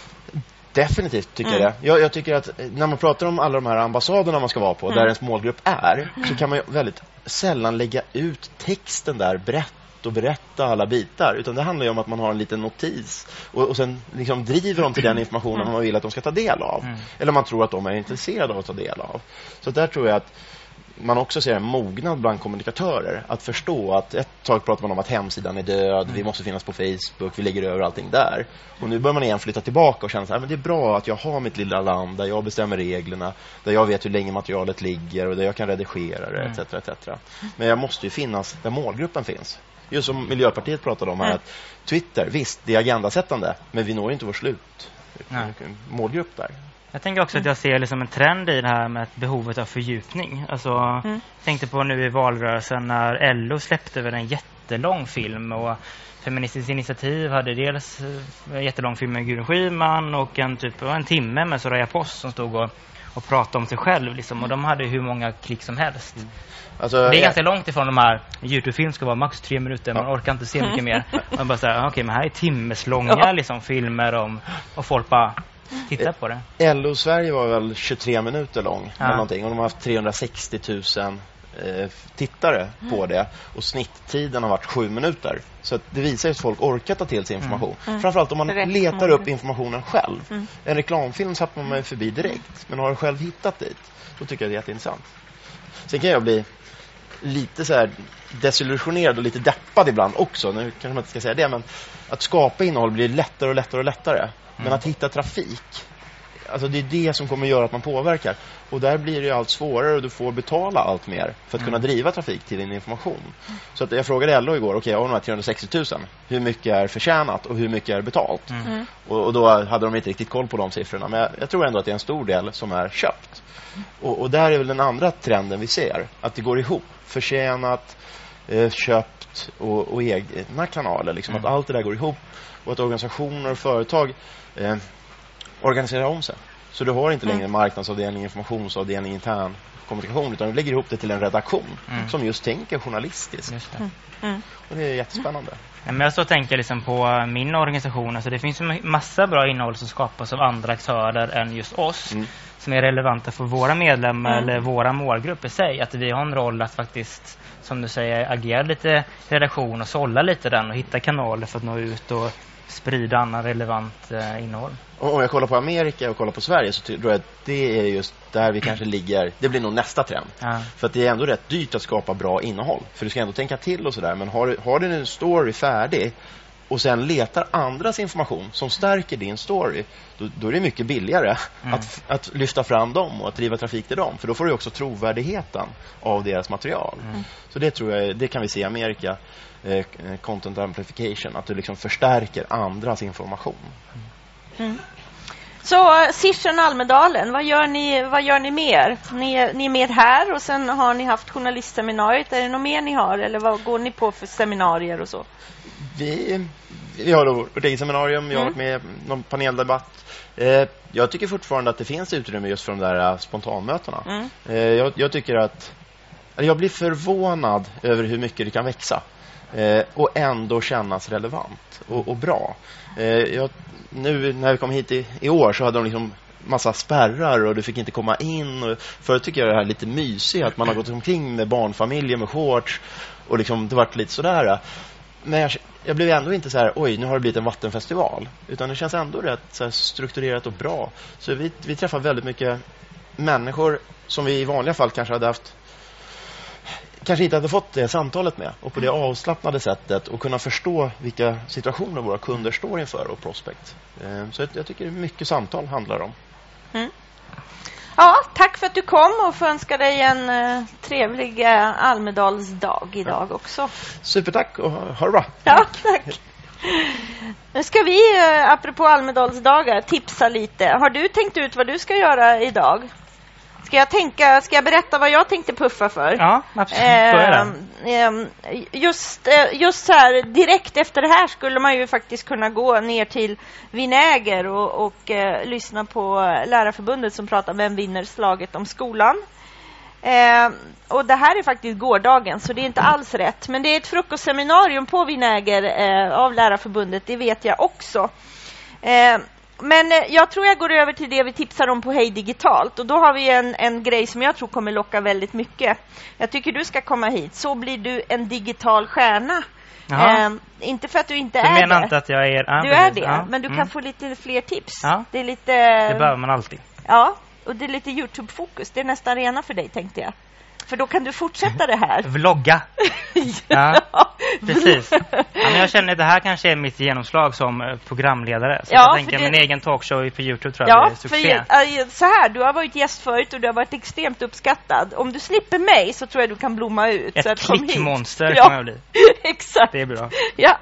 Definitivt tycker mm. jag det. Jag, jag tycker att när man pratar om alla de här ambassaderna man ska vara på, mm. där ens målgrupp är, så kan man ju väldigt sällan lägga ut texten där brett och berätta alla bitar, utan det handlar ju om att man har en liten notis och, och sen liksom driver dem till den informationen mm. man vill att de ska ta del av. Mm. Eller man tror att de är intresserade av att ta del av. Så där tror jag att man också ser en mognad bland kommunikatörer att förstå att ett tag pratar man om att hemsidan är död, mm. vi måste finnas på Facebook, vi lägger över allting där. Och nu börjar man igen flytta tillbaka och känna så här, men det är bra att jag har mitt lilla land där jag bestämmer reglerna, där jag vet hur länge materialet ligger och där jag kan redigera det, mm. et cetera et cetera. Men jag måste ju finnas där målgruppen finns. Just som Miljöpartiet pratade om här, mm. att Twitter, visst, det är agendasättande, men vi når ju inte vår slut Nej. målgrupp där. Jag tänker också att jag ser liksom en trend i det här med behovet av fördjupning. Alltså, mm. jag tänkte på nu i valrörelsen när L O släppte väl en jättelång film, och Feministiskt initiativ hade dels en jättelång film med Gudrun Schyman och en, typ, en timme med Soraya Post som stod och, och pratade om sig själv. Liksom, och de hade hur många klick som helst. Mm. Alltså, det är ja. ganska långt ifrån de här YouTube-film ska vara max tre minuter, man ja. orkar inte se mycket mer. Man bara säger, okej, okay, men här är timmeslånga ja. liksom, filmer om, och folk bara tittar på det. L O Sverige var väl tjugotre minuter lång ja. eller någonting, och de har haft trehundrasextio tusen eh, tittare mm. på det, och snitttiden har varit sju minuter. Så att det visar att folk orkar ta till sig information. Mm. Framförallt om man letar upp informationen själv. Mm. En reklamfilm satt man med förbi direkt, men har själv hittat dit, så tycker jag det är jätteintressant. Sen kan jag bli lite så här desillusionerad och lite deppad ibland också. Nu kanske man inte ska säga det, men att skapa innehåll blir lättare och lättare och lättare. Mm. Men att hitta trafik, alltså det är det som kommer göra att man påverkar. Och där blir det ju allt svårare och du får betala allt mer för att mm. kunna driva trafik till din information. Mm. Så att jag frågade L O igår, okej, okay, av de här trehundrasextio tusen, hur mycket är förtjänat och hur mycket är betalt? Mm. Och, och då hade de inte riktigt koll på de siffrorna. Men jag, jag tror ändå att det är en stor del som är köpt. Och, och där är väl den andra trenden vi ser, att det går ihop. Förtjänat, eh, köpt och, och egna kanaler. Liksom, mm. Att allt det där går ihop och att organisationer och företag eh, organiserar om sig. Så du har inte längre marknadsavdelning, informationsavdelning, intern kommunikation, utan du lägger ihop det till en redaktion mm. som just tänker journalistiskt. Just det. Mm. Och det är jättespännande. Ja, men jag så tänker liksom på min organisation. Alltså det finns en massa bra innehåll som skapas av andra aktörer än just oss. Mm. Som är relevanta för våra medlemmar mm. eller våra målgrupper i sig. Att vi har en roll att faktiskt, som du säger, agera lite redaktion och sålla lite den och hitta kanaler för att nå ut och sprida annan relevant eh, innehåll. Om jag kollar på Amerika och kollar på Sverige så tror jag att det är just där vi kanske ligger. Det blir nog nästa trend. Ja. För att det är ändå rätt dyrt att skapa bra innehåll. För du ska ändå tänka till och sådär. Men har, har du en story färdig och sen letar andras information som stärker din story, då, då är det mycket billigare mm. att, att lyfta fram dem och att driva trafik till dem. För då får du också trovärdigheten av deras material. Mm. Så det tror jag, det kan vi se i Amerika. Eh, content amplification, att du liksom förstärker andras information. Mm. Så Sirsen Almedalen, vad gör ni, vad gör ni mer? Ni, ni är med här och sen har ni haft journalistseminariet. Är det något mer ni har eller vad går ni på för seminarier och så? Vi, vi har då vårt eget seminarium, jag har varit med i någon paneldebatt. Eh, jag tycker fortfarande att det finns utrymme just för de där spontanmötena. Mm. Eh, jag, jag tycker att jag blir förvånad över hur mycket det kan växa. Eh, och ändå kännas relevant och, och bra. Eh, jag, nu när vi kom hit i, i år så hade de liksom massa spärrar och du fick inte komma in. Och förut tycker jag det här är lite mysigt att man har gått omkring med barnfamiljer med shorts och liksom det varit lite sådär. Men jag, jag blev ändå inte så här, oj, nu har det blivit en vattenfestival. Utan det känns ändå rätt så här strukturerat och bra. Så vi, vi träffar väldigt mycket människor som vi i vanliga fall kanske hade haft kanske inte hade fått det samtalet med och på det avslappnade sättet och kunna förstå vilka situationer våra kunder står inför och prospect. Så jag tycker mycket samtal handlar om. Mm. Ja, tack för att du kom och får önska dig en uh, trevlig uh, Almedalsdag idag ja. också. Supertack och ha det bra. Ja, tack. Nu ska vi, uh, apropå Almedalsdagar, tipsa lite. Har du tänkt ut vad du ska göra idag? Ska jag tänka, ska jag berätta vad jag tänkte puffa för? Ja, absolut. Eh, eh, just, eh, just så här, direkt efter det här skulle man ju faktiskt kunna gå ner till Vinäger och, och eh, lyssna på Lärarförbundet som pratar Vem vinner slaget om skolan. Eh, och det här är faktiskt gårdagen så det är inte alls rätt. Men det är ett frukostseminarium på Vinäger eh, av Lärarförbundet, det vet jag också. Eh, Men jag tror jag går över till det vi tipsar om på Hej Digitalt. Och då har vi en, en grej som jag tror kommer locka väldigt mycket. Jag tycker du ska komma hit. Så blir du en digital stjärna. Eh, inte för att du inte du är det. Du menar inte att jag är... Ah, du precis. är det, ja. men du kan mm. få lite fler tips. Ja. Det är lite... Det behöver man alltid. Ja, och det är lite YouTube-fokus. Det är nästa arena för dig, tänkte jag. För då kan du fortsätta det här. Vlogga. Ja, precis. Ja, men jag känner att det här kanske är mitt genomslag som programledare. Så ja, jag tänker det... min egen talkshow på YouTube tror jag ja, blir succé. För, så här, du har varit gäst förut och du har varit extremt uppskattad. Om du slipper mig så tror jag du kan blomma ut. Ett så klickmonster ja. kan jag bli. Exakt. Det är bra. Ja.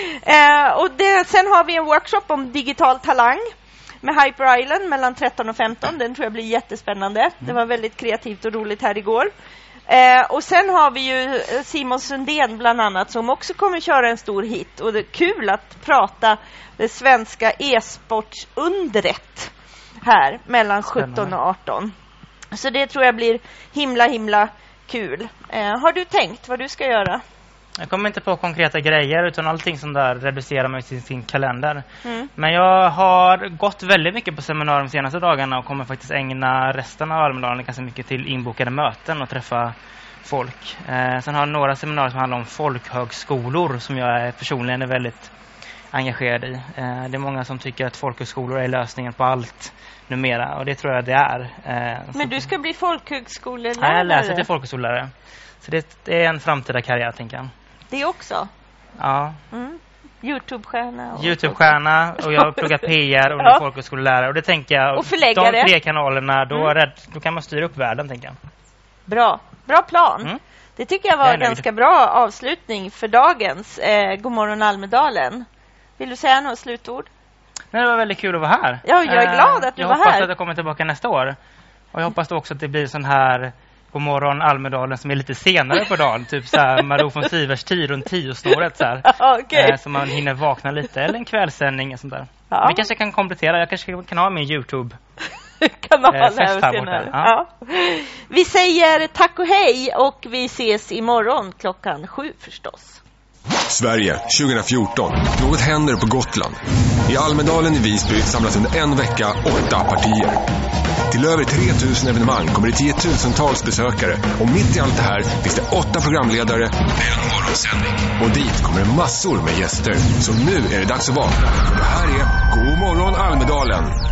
Eh, och det, sen har vi en workshop om digital talang med Hyper Island mellan tretton och femton. Den tror jag blir jättespännande. Mm. Det var väldigt kreativt och roligt här igår. Eh, och sen har vi ju Simon Sundén bland annat som också kommer köra en stor hit. Och det är kul att prata det svenska e-sportsundret här mellan sjutton och arton. Så det tror jag blir himla himla kul. Eh, har du tänkt vad du ska göra? Jag kommer inte på konkreta grejer utan allting som där reducerar mig till sin kalender. Mm. Men jag har gått väldigt mycket på seminarium de senaste dagarna och kommer faktiskt ägna resten av Almedalen ganska mycket till inbokade möten och träffa folk. Eh, sen har jag några seminarier som handlar om folkhögskolor som jag personligen är väldigt engagerad i. Eh, det är många som tycker att folkhögskolor är lösningen på allt. numera, och det tror jag det är. Eh, Men du ska bli folkhögskolelärare? Nej, jag läser till folkhögskolelärare. Så det, det är en framtida karriär, tänker jag. Det också? Ja. Mm. Youtube-stjärna. Och Youtube-stjärna och jag har pluggat P R och ja. folkhögskolelärare. Och det tänker jag, och förläggare. De tre kanalerna, då, mm. rädd, då kan man styra upp världen, tänker jag. Bra, bra plan. Mm. Det tycker jag var en ganska bra avslutning för dagens eh, Godmorgon Almedalen. Vill du säga några slutord? Nej, det var väldigt kul att vara här. Ja, jag är glad att du jag var här. Jag hoppas att jag kommer tillbaka nästa år. Och jag hoppas också att det blir sån här Godmorgon Almedalen som är lite senare på dagen. Typ så här Malou von Sivers tid runt tio-snåret så här. Okay. Eh, så man hinner vakna lite. Eller en kvällssändning och sånt där. Ja. Vi kanske kan komplettera. Jag kanske kan ha min YouTube. Kanal eh, här här. Ja. Ja. Vi säger tack och hej och vi ses imorgon klockan sju förstås. Sverige tjugo fjorton. Något händer på Gotland. I Almedalen i Visby samlas under en vecka åtta partier. Till över tre tusen evenemang kommer det tiotusentals besökare. Och mitt i allt det här finns det åtta programledare med en morgonsändning. Och dit kommer det massor med gäster. Så nu är det dags att vakna. Det här är God morgon Almedalen.